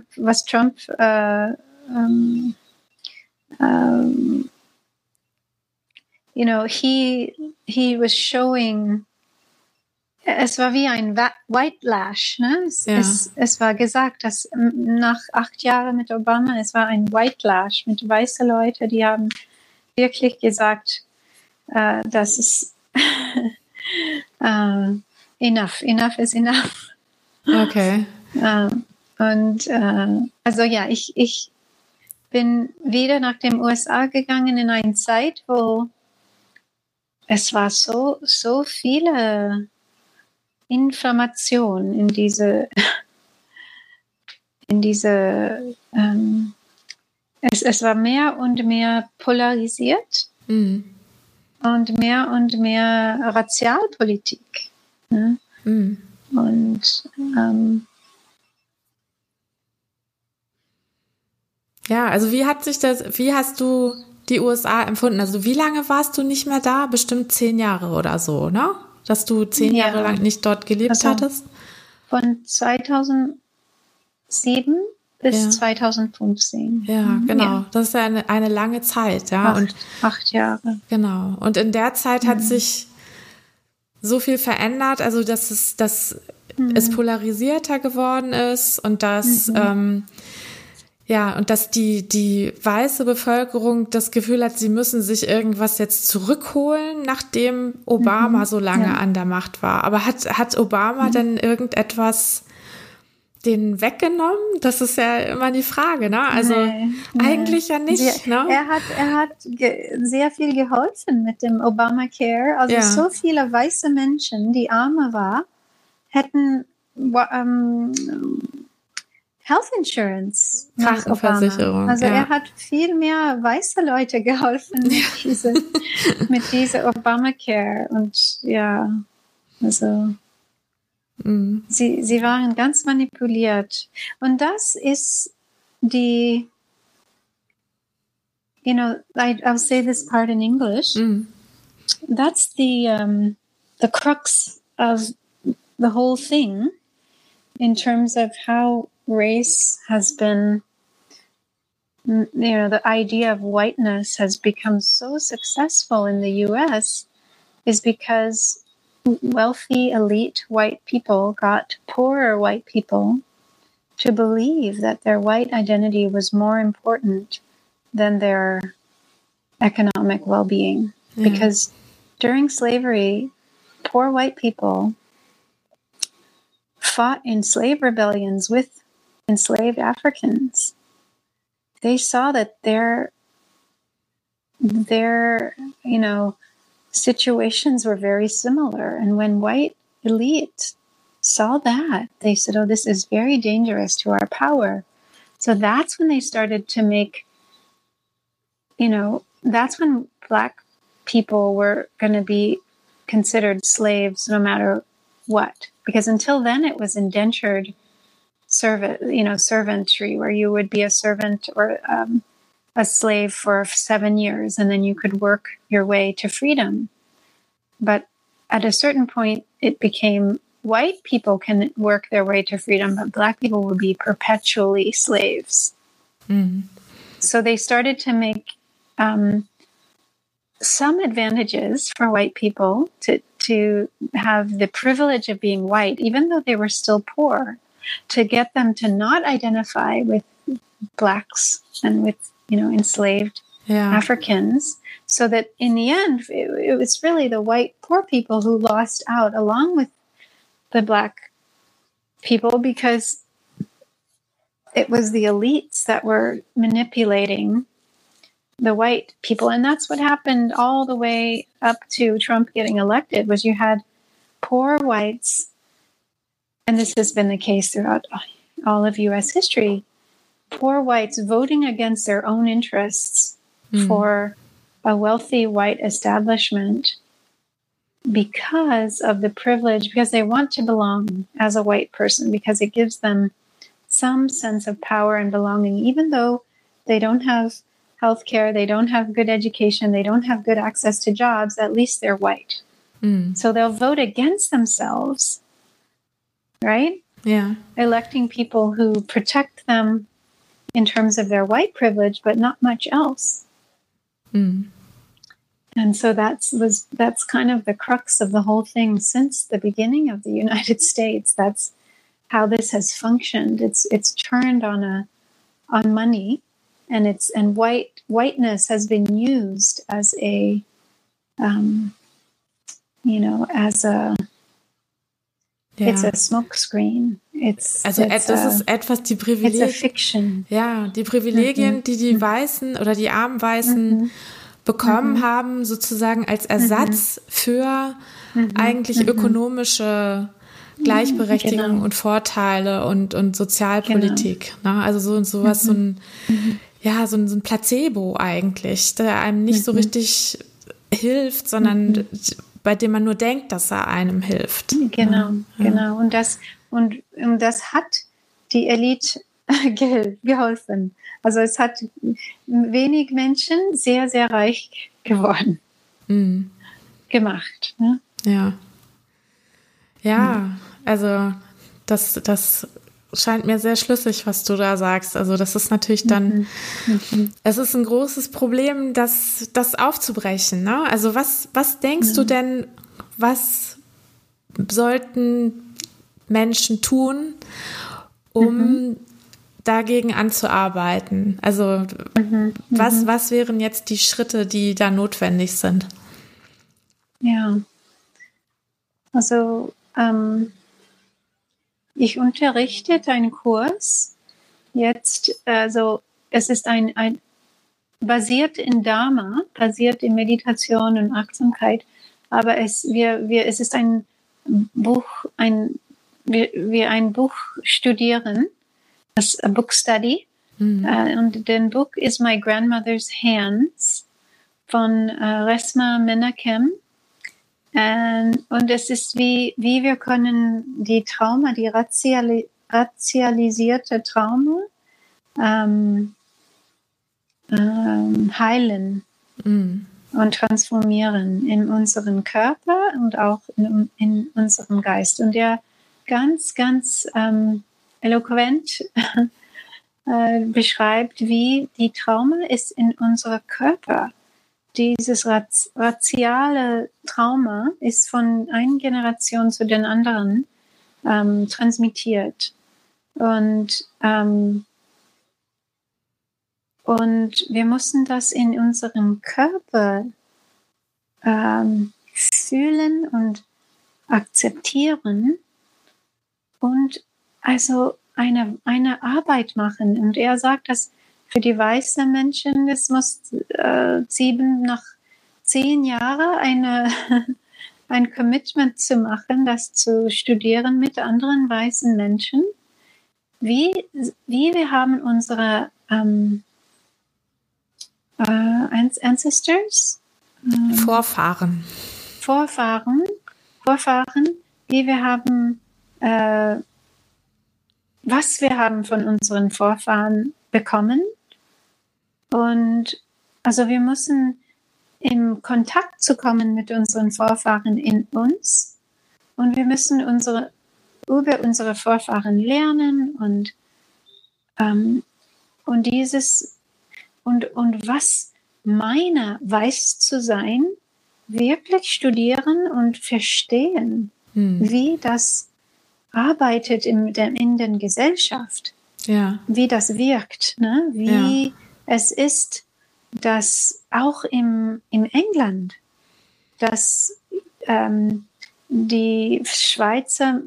you know, he was showing, es war wie ein White Lash, ne? Es war gesagt, dass nach 8 Jahren mit Obama, es war ein White Lash mit weißen Leuten, die haben wirklich gesagt, dass es enough is enough. Okay. Und also ja, ich bin wieder nach den USA gegangen in eine Zeit, wo es war so viele Informationen in diese es war mehr und mehr polarisiert und mehr Racialpolitik. Ne? Und ja, also wie hast du die USA empfunden? Also wie lange warst du nicht mehr da? Bestimmt 10 Jahre oder so, ne? Dass du 10 Jahre lang nicht dort gelebt hattest? Von 2007 bis 2015. Ja, genau. Ja. Das ist ja eine lange Zeit, ja. 8 Jahre. Genau. Und in der Zeit hat sich so viel verändert, also dass es polarisierter geworden ist und dass und dass die weiße Bevölkerung das Gefühl hat, sie müssen sich irgendwas jetzt zurückholen, nachdem Obama so lange an der Macht war. Aber hat Obama denn irgendetwas denen weggenommen? Das ist ja immer die Frage, ne? Also eigentlich ja nicht, ne? Er hat sehr viel geholfen mit dem Obamacare. Also so viele weiße Menschen, die arme waren, hätten Health Insurance nach Obama. Also er hat viel mehr weiße Leute geholfen mit dieser Obamacare. Und ja, also sie waren ganz manipuliert. Und das ist die, you know, I'll say this part in English. That's the crux of the whole thing in terms of how race has been, you know, the idea of whiteness has become so successful in the US is because wealthy, elite white people got poorer white people to believe that their white identity was more important than their economic well-being. Because during slavery, poor white people fought in slave rebellions with enslaved Africans. They saw that their you know, situations were very similar. And when white elite saw that, they said, oh, this is very dangerous to our power. So that's when they started to make, you know, that's when Black people were going to be considered slaves no matter what. Because until then it was indentured servantry, where you would be a servant or a slave for 7 years, and then you could work your way to freedom. But at a certain point, it became white people can work their way to freedom, but Black people would be perpetually slaves. So they started to make some advantages for white people to have the privilege of being white, even though they were still poor, to get them to not identify with Blacks and with, you know, enslaved Africans, so that in the end, it was really the white poor people who lost out along with the Black people, because it was the elites that were manipulating the white people. And that's what happened all the way up to Trump getting elected, was you had poor whites, and this has been the case throughout all of U.S. history, poor whites voting against their own interests for a wealthy white establishment because of the privilege, because they want to belong as a white person, because it gives them some sense of power and belonging, even though they don't have healthcare, they don't have good education, they don't have good access to jobs, at least they're white. So they'll vote against themselves, right? Ja. Electing people who protect them in terms of their white privilege, but not much else. And so that's kind of the crux of the whole thing since the beginning of the United States. That's how this has functioned. It's turned on money, and whiteness has been used as a it's a smokescreen. Das ist etwas, die Privilegien. It's a fiction. Ja, die Privilegien, die Weißen oder die armen Weißen bekommen haben, sozusagen als Ersatz für eigentlich ökonomische Gleichberechtigung und Vorteile und Sozialpolitik. Ne? Also sowas, so ein Placebo eigentlich, der einem nicht so richtig hilft, sondern bei dem man nur denkt, dass er einem hilft. Genau. Und das hat die Elite geholfen. Also es hat wenig Menschen sehr, sehr reich geworden. Gemacht. Ne? Ja, also das scheint mir sehr schlüssig, was du da sagst. Also das ist natürlich dann, es ist ein großes Problem, das aufzubrechen. Ne? Also was denkst du denn, was sollten Menschen tun, um dagegen anzuarbeiten? Also was wären jetzt die Schritte, die da notwendig sind? Ja, also ich unterrichte einen Kurs jetzt, also es ist ein basiert in Dharma, basiert in Meditation und Achtsamkeit, aber es ist ein Buch, wir ein Buch studieren, das Book Study, und den Buch ist My Grandmother's Hands von Resmaa Menakem. Und es ist wie wir können die Trauma, die razialisierte Trauma heilen und transformieren in unseren Körper und auch in unserem Geist. Und der ganz, ganz eloquent beschreibt, wie die Trauma ist in unserem Körper. Dieses raziale Trauma ist von einer Generation zu den anderen transmittiert. Und wir müssen das in unserem Körper fühlen und akzeptieren und also eine Arbeit machen. Und er sagt, dass für die weißen Menschen, es muss 7 nach 10 Jahren ein Commitment zu machen, das zu studieren mit anderen weißen Menschen, wie wir haben unsere Ancestors, Vorfahren, wie wir haben, was wir haben von unseren Vorfahren bekommen. Und also wir müssen in Kontakt zu kommen mit unseren Vorfahren in uns, und wir müssen über unsere Vorfahren lernen und was meine, weiß zu sein, wirklich studieren und verstehen, wie das arbeitet in der Gesellschaft, wie das wirkt, ne? Wie es ist, dass auch im England, dass die Schwarze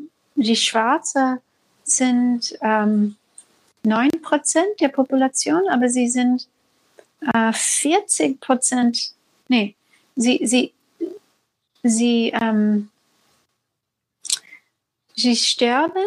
sind 9% der Population, aber sie sind 40%, sie sterben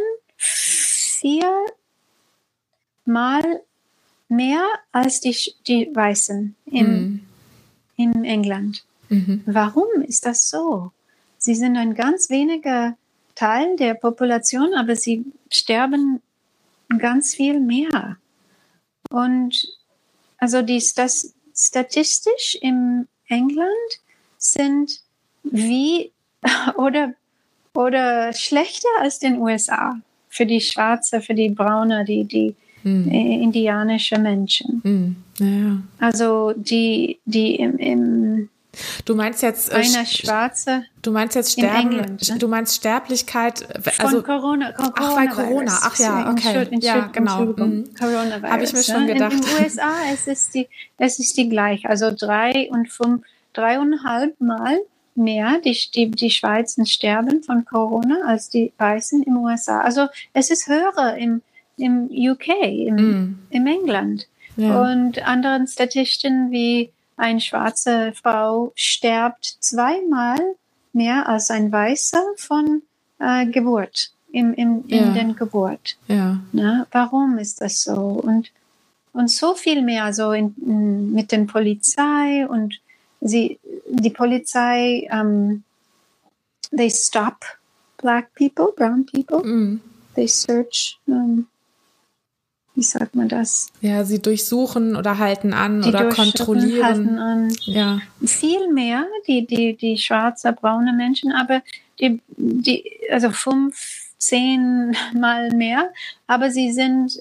4-mal mehr als die Weißen in England. Warum ist das so? Sie sind ein ganz weniger Teil der Population, aber sie sterben ganz viel mehr. Und also das statistisch im England sind wie oder schlechter als den USA für die Schwarze, für die Braune, die indianische Menschen. Ja. Also die im Du meinst jetzt einer Schwarze. Du meinst jetzt Sterben, England, ne? Du meinst Sterblichkeit, von Corona. Ach, bei Corona. Ach ja, okay. Ja, genau. Coronavirus. Habe ich mir schon gedacht. In den USA es ist die gleich. Also 3,5 Mal mehr die Schwarzen sterben von Corona als die Weißen im USA. Also es ist höher im UK, im England. Ja. Und anderen Statistischen wie eine schwarze Frau stirbt 2-mal mehr als ein Weißer von Geburt, in der Geburt. Ja. Na, warum ist das so? Und so viel mehr so mit der Polizei und die Polizei, they stop black people, brown people, they search, wie sagt man das? Ja, sie durchsuchen oder halten an oder kontrollieren. Halten an. Ja. Viel mehr, die schwarze, braune Menschen, aber also 5-10 Mal mehr, aber sie sind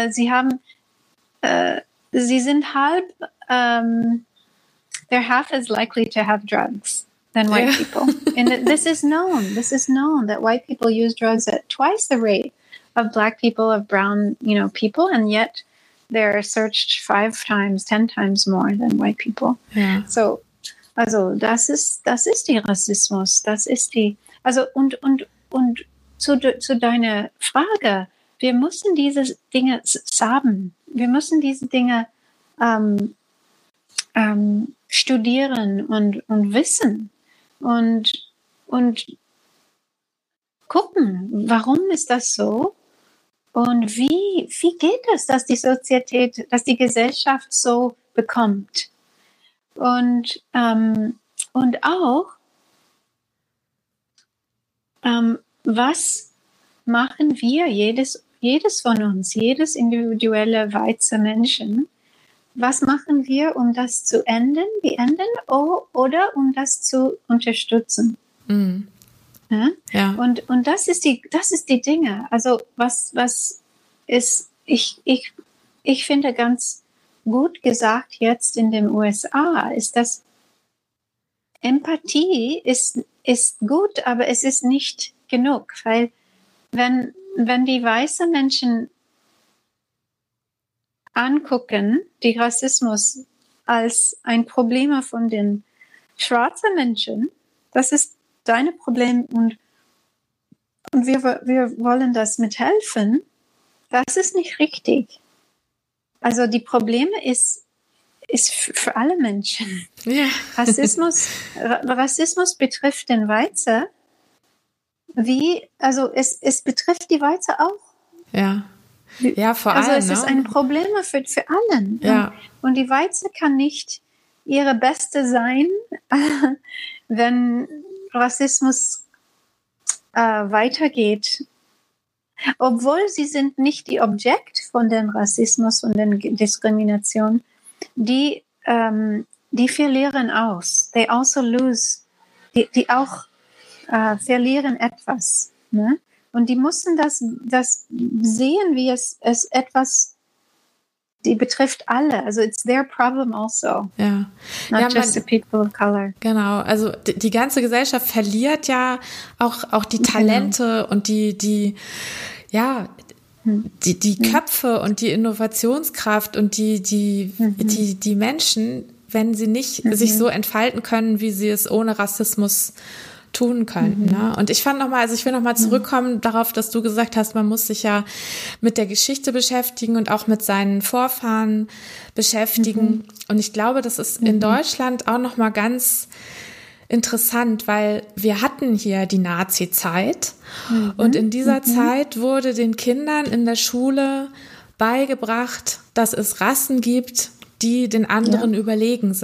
halb, they're half as likely to have drugs than white people. And this is known that white people use drugs at twice the rate of black people, of brown, people, and yet they're searched 5 times, 10 times more than white people. Ja. So, also das ist die Rassismus, das ist die, also und zu deiner Frage, wir müssen diese Dinge sagen, wir müssen diese Dinge studieren und wissen und gucken, warum ist das so und wie geht es, dass die Sozietät, dass die Gesellschaft so bekommt und auch was machen wir, jedes von uns, jedes individuelle weiße Menschen, was machen wir, um das zu beenden oder um das zu unterstützen? Ja? Und das ist die Dinge. Also was ist, ich finde ganz gut gesagt jetzt in den USA, ist, dass Empathie ist gut, aber es ist nicht genug, weil wenn die weißen Menschen angucken, die Rassismus als ein Problem von den schwarzen Menschen, das ist dein Problem und wir wollen das mithelfen, das ist nicht richtig. Also die Probleme ist für alle Menschen. Ja. Rassismus betrifft den Weißen also es betrifft die Weißen auch. Ja. Ja, vor allem. Also es ist ein Problem für allen. Ja. Und die Weiße kann nicht ihre Beste sein, wenn Rassismus weitergeht. Obwohl sie sind nicht die Objekt von den Rassismus und der Diskrimination. Die verlieren aus. They also lose. Die auch verlieren etwas. Ne? Und die mussten das sehen, wie es etwas, die betrifft alle. Also it's their problem also. Ja. Not just the people of color. Genau. Also die ganze Gesellschaft verliert ja auch die Talente und die Köpfe und die Innovationskraft und die Menschen, wenn sie nicht sich so entfalten können, wie sie es ohne Rassismus tun könnten. Ne? Und ich will nochmal zurückkommen darauf, dass du gesagt hast, man muss sich ja mit der Geschichte beschäftigen und auch mit seinen Vorfahren beschäftigen. Und ich glaube, das ist in Deutschland auch nochmal ganz interessant, weil wir hatten hier die Nazi-Zeit und in dieser Zeit wurde den Kindern in der Schule beigebracht, dass es Rassen gibt, die den anderen überlegen sind.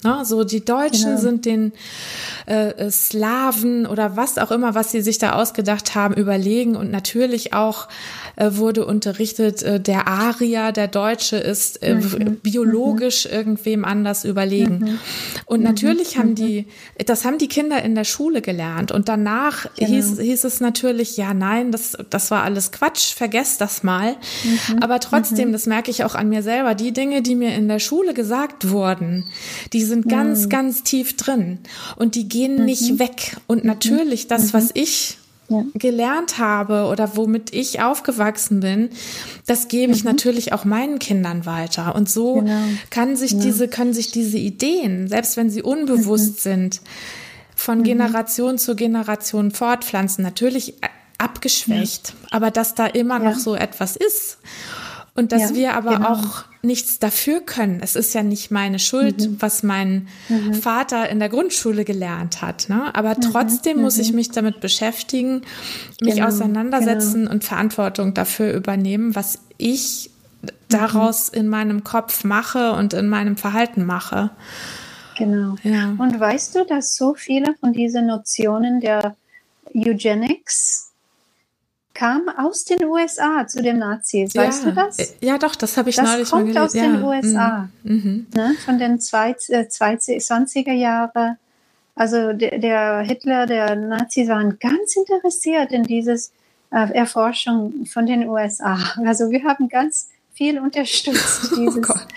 Ne? So die Deutschen sind den Slawen oder was auch immer, was sie sich da ausgedacht haben, überlegen. Und natürlich auch wurde unterrichtet, der Arier, der Deutsche ist biologisch irgendwem anders überlegen. Und natürlich haben das haben die Kinder in der Schule gelernt. Und danach hieß es natürlich, ja, nein, das war alles Quatsch, vergesst das mal. Aber trotzdem, das merke ich auch an mir selber, die Dinge, die mir in der Schule gesagt wurden, die sind ganz, ganz tief drin und die gehen nicht weg. Und natürlich das, was ich gelernt habe oder womit ich aufgewachsen bin, das gebe ich natürlich auch meinen Kindern weiter. Und so können sich diese Ideen, selbst wenn sie unbewusst sind, von Generation zu Generation fortpflanzen. Natürlich abgeschwächt, aber dass da immer noch so etwas ist. Und dass wir aber auch nichts dafür können. Es ist ja nicht meine Schuld, was mein Vater in der Grundschule gelernt hat. Ne? Aber trotzdem muss ich mich damit beschäftigen, mich auseinandersetzen und Verantwortung dafür übernehmen, was ich daraus in meinem Kopf mache und in meinem Verhalten mache. Genau. Ja. Und weißt du, dass so viele von diesen Notionen der Eugenics kam aus den USA zu den Nazis. Weißt du das? Ja, doch, das habe ich neulich mal gelesen. Das kommt aus den USA. Ne? Von den 20er Jahre. Also der Hitler, der Nazis waren ganz interessiert in dieses Erforschung von den USA. Also wir haben ganz viel unterstützt. Dieses. Oh Gott,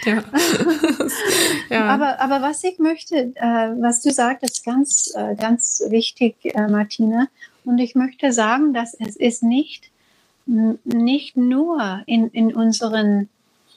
Aber was ich möchte, was du sagst, ist ganz wichtig, Martina. Und ich möchte sagen, dass es ist nicht nur in unseren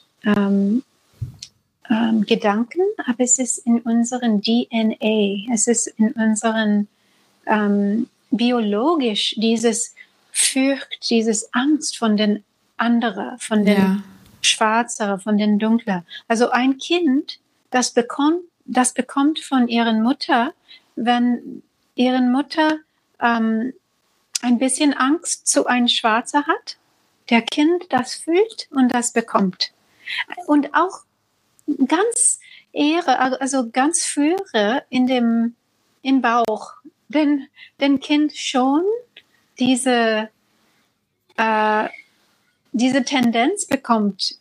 Gedanken, aber es ist in unseren DNA. Es ist in unseren biologisch dieses Furcht, dieses Angst von den anderen, von den Schwarzeren, von den Dunklen. Also ein Kind, das bekommt von ihrer Mutter, wenn ihre Mutter ein bisschen Angst zu einem Schwarzer hat, der Kind das fühlt und das bekommt. Und auch ganz ganz früher im Bauch, denn Kind schon diese Tendenz bekommt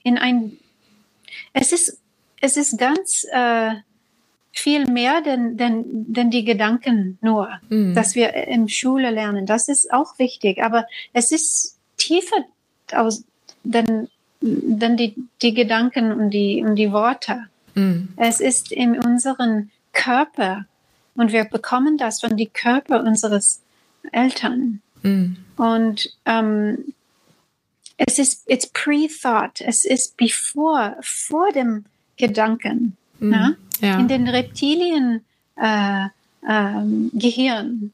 es ist ganz viel mehr denn die Gedanken nur, dass wir in Schule lernen. Das ist auch wichtig, aber es ist tiefer denn die Gedanken und die Worte. Es ist in unserem Körper und wir bekommen das von den Körper unseres Eltern. Und it's pre-thought. Es ist vor dem Gedanken. Ja? In den Reptilien Gehirn.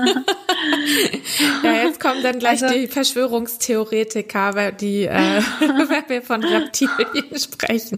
Ja, jetzt kommen dann gleich die Verschwörungstheoretiker, wenn wir von Reptilien sprechen.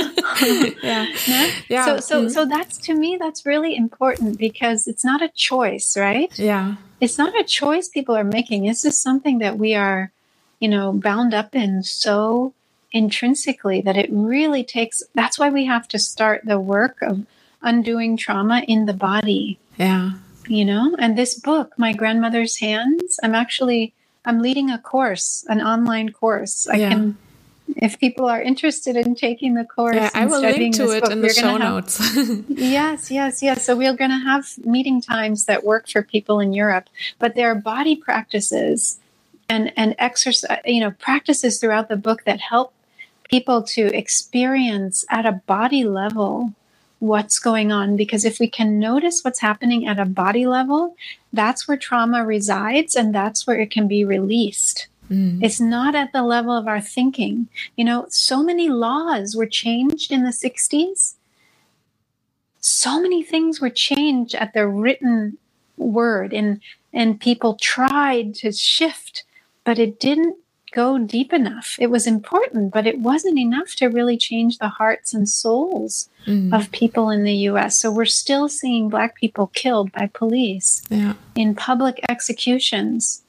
So that's, to me, that's really important because it's not a choice, right? Yeah. It's not a choice people are making. It's just something that we are, bound up in so intrinsically that it really takes, that's why we have to start the work of undoing trauma in the body. Yeah. And this book, My Grandmother's Hands, I'm leading a course, an online course. I can, if people are interested in taking the course, I will link to it in the show notes. Yes. So we're going to have meeting times that work for people in Europe, but there are body practices and exercise, practices throughout the book that help people to experience at a body level what's going on. Because if we can notice what's happening at a body level, that's where trauma resides and that's where it can be released. It's not at the level of our thinking. So many laws were changed in the 60s. So many things were changed at the written word and people tried to shift, but it didn't go deep enough. It was important, but it wasn't enough to really change the hearts and souls of people in the U.S. So we're still seeing Black people killed by police in public executions,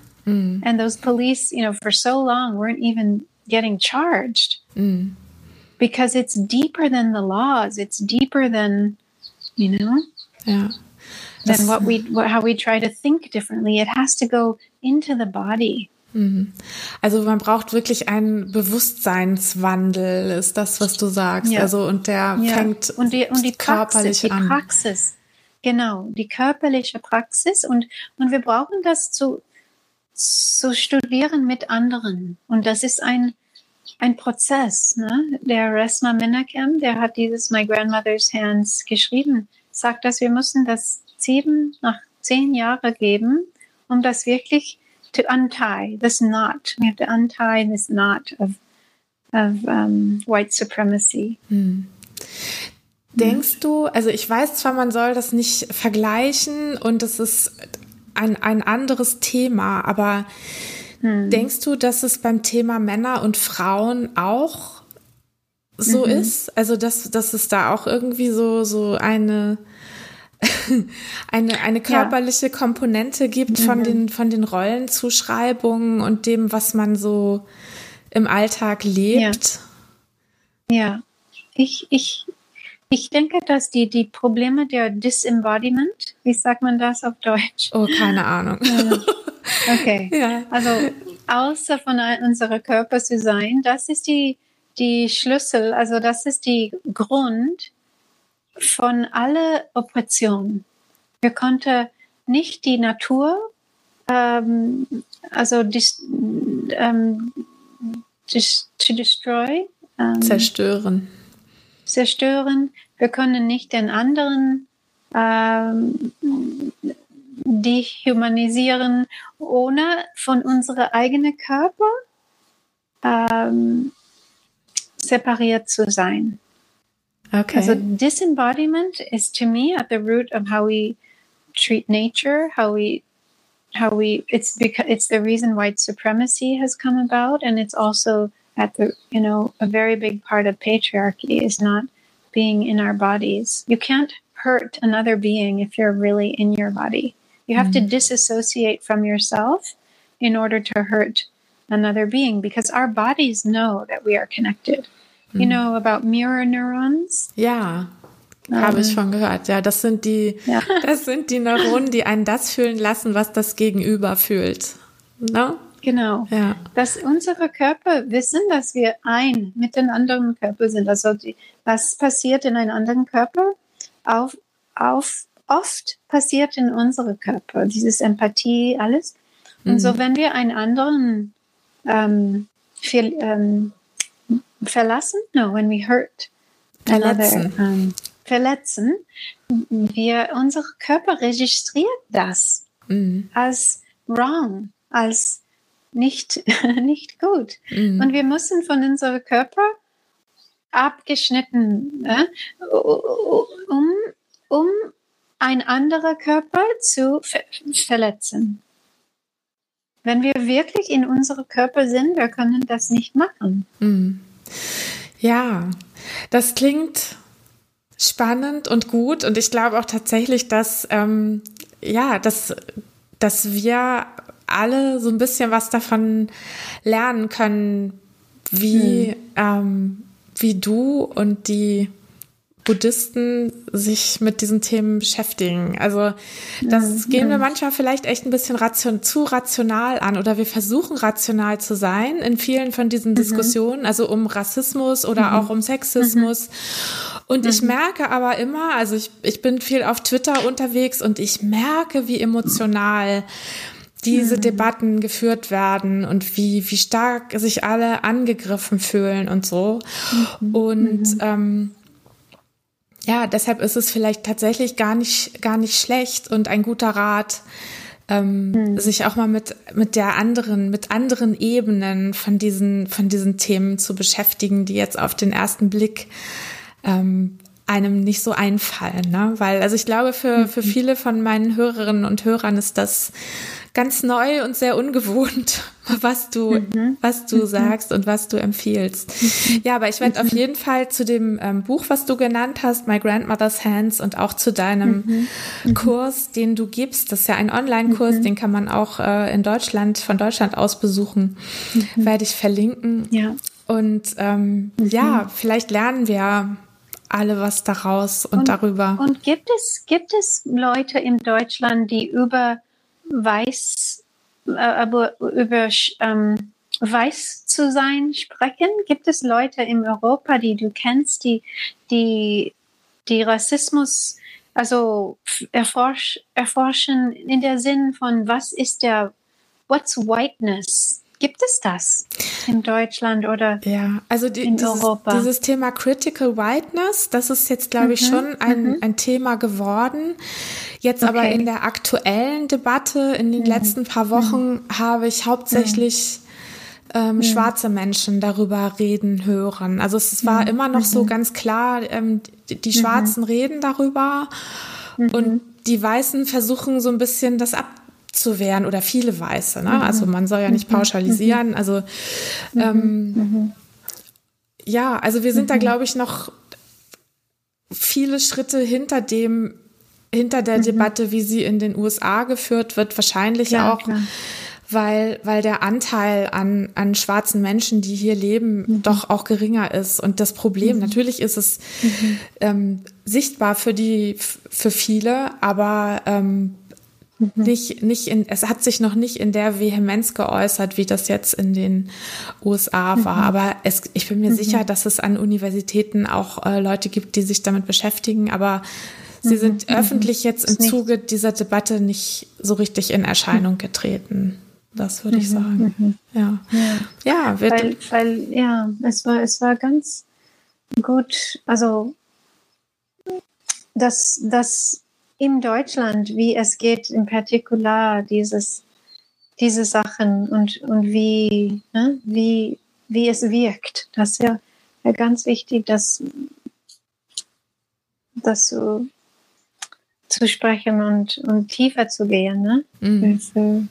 And those police, for so long weren't even getting charged. because it's deeper than the laws. It's deeper than, Ja. than how we try to think differently. It has to go into the body. Also man braucht wirklich einen Bewusstseinswandel, ist das, was du sagst. Ja. Also und der fängt und die körperlich an. Die Praxis, genau, die körperliche Praxis und wir brauchen das zu studieren mit anderen. Und das ist ein Prozess. Ne? Der Resmaa Menakem, der hat dieses My Grandmother's Hands geschrieben, sagt, dass wir müssen das nach 10 Jahre geben, um das wirklich to untie this knot. We have to untie this knot of white supremacy. Denkst du, also ich weiß zwar, man soll das nicht vergleichen und es ist ein anderes Thema, aber denkst du, dass es beim Thema Männer und Frauen auch so ist? Also dass es da auch irgendwie so eine körperliche Komponente gibt von den Rollenzuschreibungen und dem, was man so im Alltag lebt? Ja. Ich denke, dass die Probleme der Disembodiment, wie sagt man das auf Deutsch? Oh, keine Ahnung. Okay. Ja. Also außer von unserem Körper zu sein, das ist die Schlüssel, also das ist die Grund von aller Oppression. Wir konnten nicht die Natur, also to destroy, zerstören. Wir können nicht den anderen dehumanisieren, ohne von unserem eigenen Körper separiert zu sein. Okay. Also disembodiment is to me at the root of how we treat nature, it's the reason white supremacy has come about, and it's also at the a very big part of patriarchy is not being in our bodies. You can't hurt another being if you're really in your body. You have to disassociate from yourself in order to hurt another being, because our bodies know that we are connected. You know about mirror neurons? Ja, habe ich schon gehört. Ja, das sind die Neuronen, die einen das fühlen lassen, was das Gegenüber fühlt. No? Genau. Ja. Dass unsere Körper wissen, dass wir ein mit den anderen Körper sind. Also was passiert in einem anderen Körper, oft passiert in unserem Körper. Dieses Empathie, alles. Und so, wenn wir einen anderen verlassen, when we hurt verletzen, unser Körper registriert das als wrong, als nicht gut. Und wir müssen von unserem Körper abgeschnitten, um ein anderer Körper zu verletzen. Wenn wir wirklich in unserem Körper sind, wir können das nicht machen. Ja, das klingt spannend und gut, und ich glaube auch tatsächlich, dass wir alle so ein bisschen was davon lernen können, wie du und die Buddhisten sich mit diesen Themen beschäftigen. Also das gehen wir manchmal vielleicht echt ein bisschen zu rational an, oder wir versuchen rational zu sein in vielen von diesen Diskussionen, also um Rassismus oder auch um Sexismus. Und ich merke aber immer, also ich bin viel auf Twitter unterwegs und ich merke, wie emotional diese Debatten geführt werden und wie stark sich alle angegriffen fühlen und so. Und deshalb ist es vielleicht tatsächlich gar nicht schlecht und ein guter Rat, sich auch mal mit anderen Ebenen von diesen Themen zu beschäftigen, die jetzt auf den ersten Blick einem nicht so einfallen, ne? Weil, also ich glaube, für viele von meinen Hörerinnen und Hörern ist das ganz neu und sehr ungewohnt, was du sagst und was du empfiehlst. Ja, aber ich werde auf jeden Fall zu dem Buch, was du genannt hast, My Grandmother's Hands, und auch zu deinem Kurs, den du gibst. Das ist ja ein Online-Kurs, den kann man auch von Deutschland aus besuchen, werde ich verlinken. Ja. Und ja, vielleicht lernen wir alle was daraus und darüber. Und gibt es Leute in Deutschland, die über weiß zu sein sprechen? Gibt es Leute in Europa, die du kennst, die Rassismus also erforschen in der Sinn von what's whiteness? Gibt es das in Deutschland oder also in Europa? Dieses Thema Critical Whiteness, das ist jetzt, glaube ich, schon ein Thema geworden. Jetzt aber in der aktuellen Debatte in den letzten paar Wochen habe ich hauptsächlich schwarze Menschen darüber reden hören. Also es war immer noch so ganz klar, die Schwarzen reden darüber und die Weißen versuchen so ein bisschen das abzuwehren oder viele Weiße. Ne? Also man soll ja nicht pauschalisieren. Also ja, also wir sind da, glaube ich, noch viele Schritte hinter der Debatte, wie sie in den USA geführt wird, wahrscheinlich auch. Klar. Weil der Anteil an schwarzen Menschen, die hier leben, doch auch geringer ist. Und das Problem, natürlich ist es sichtbar für viele, aber es hat sich noch nicht in der Vehemenz geäußert, wie das jetzt in den USA war. Aber ich bin mir sicher, dass es an Universitäten auch Leute gibt, die sich damit beschäftigen, aber sie sind öffentlich jetzt im Zuge dieser Debatte nicht so richtig in Erscheinung getreten. Das würde ich sagen. Ja, weil es war ganz gut, also dass in Deutschland, wie es geht im Partikular, diese Sachen und wie es wirkt, das ist ja ganz wichtig, das zu sprechen und tiefer zu gehen, ne?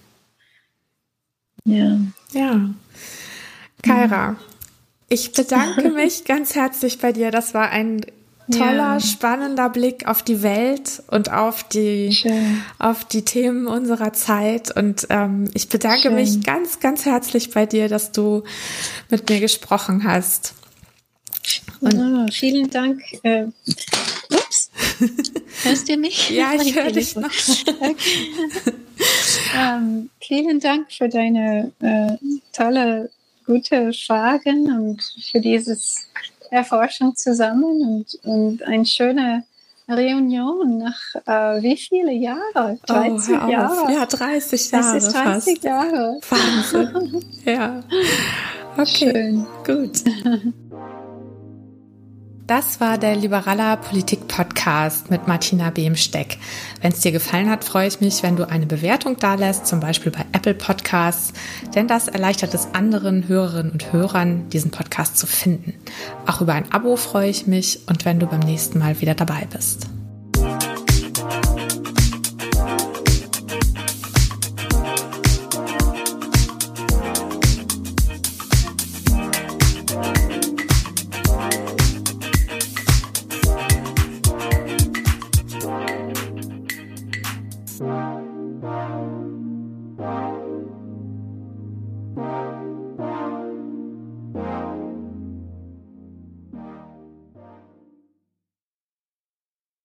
Ja. Kaira, ich bedanke mich ganz herzlich bei dir. Das war ein toller, spannender Blick auf die Welt und auf die Themen unserer Zeit. Und ich bedanke mich ganz, ganz herzlich bei dir, dass du mit mir gesprochen hast. Und vielen Dank. Ups. Hörst du mich? Ja, ich höre dich noch. Vielen Dank für deine tolle, gute Fragen und für dieses Erforschen zusammen und eine schöne Reunion nach wie viele Jahre? 30 Jahre? Ja, 30 Jahre. Das ist 30 Jahre. Wahnsinn. Ja. Okay. Schön. Gut. Das war der Liberaler Politik-Podcast mit Martina Behmsteck. Wenn es dir gefallen hat, freue ich mich, wenn du eine Bewertung dalässt, zum Beispiel bei Apple Podcasts, denn das erleichtert es anderen Hörerinnen und Hörern, diesen Podcast zu finden. Auch über ein Abo freue ich mich und wenn du beim nächsten Mal wieder dabei bist.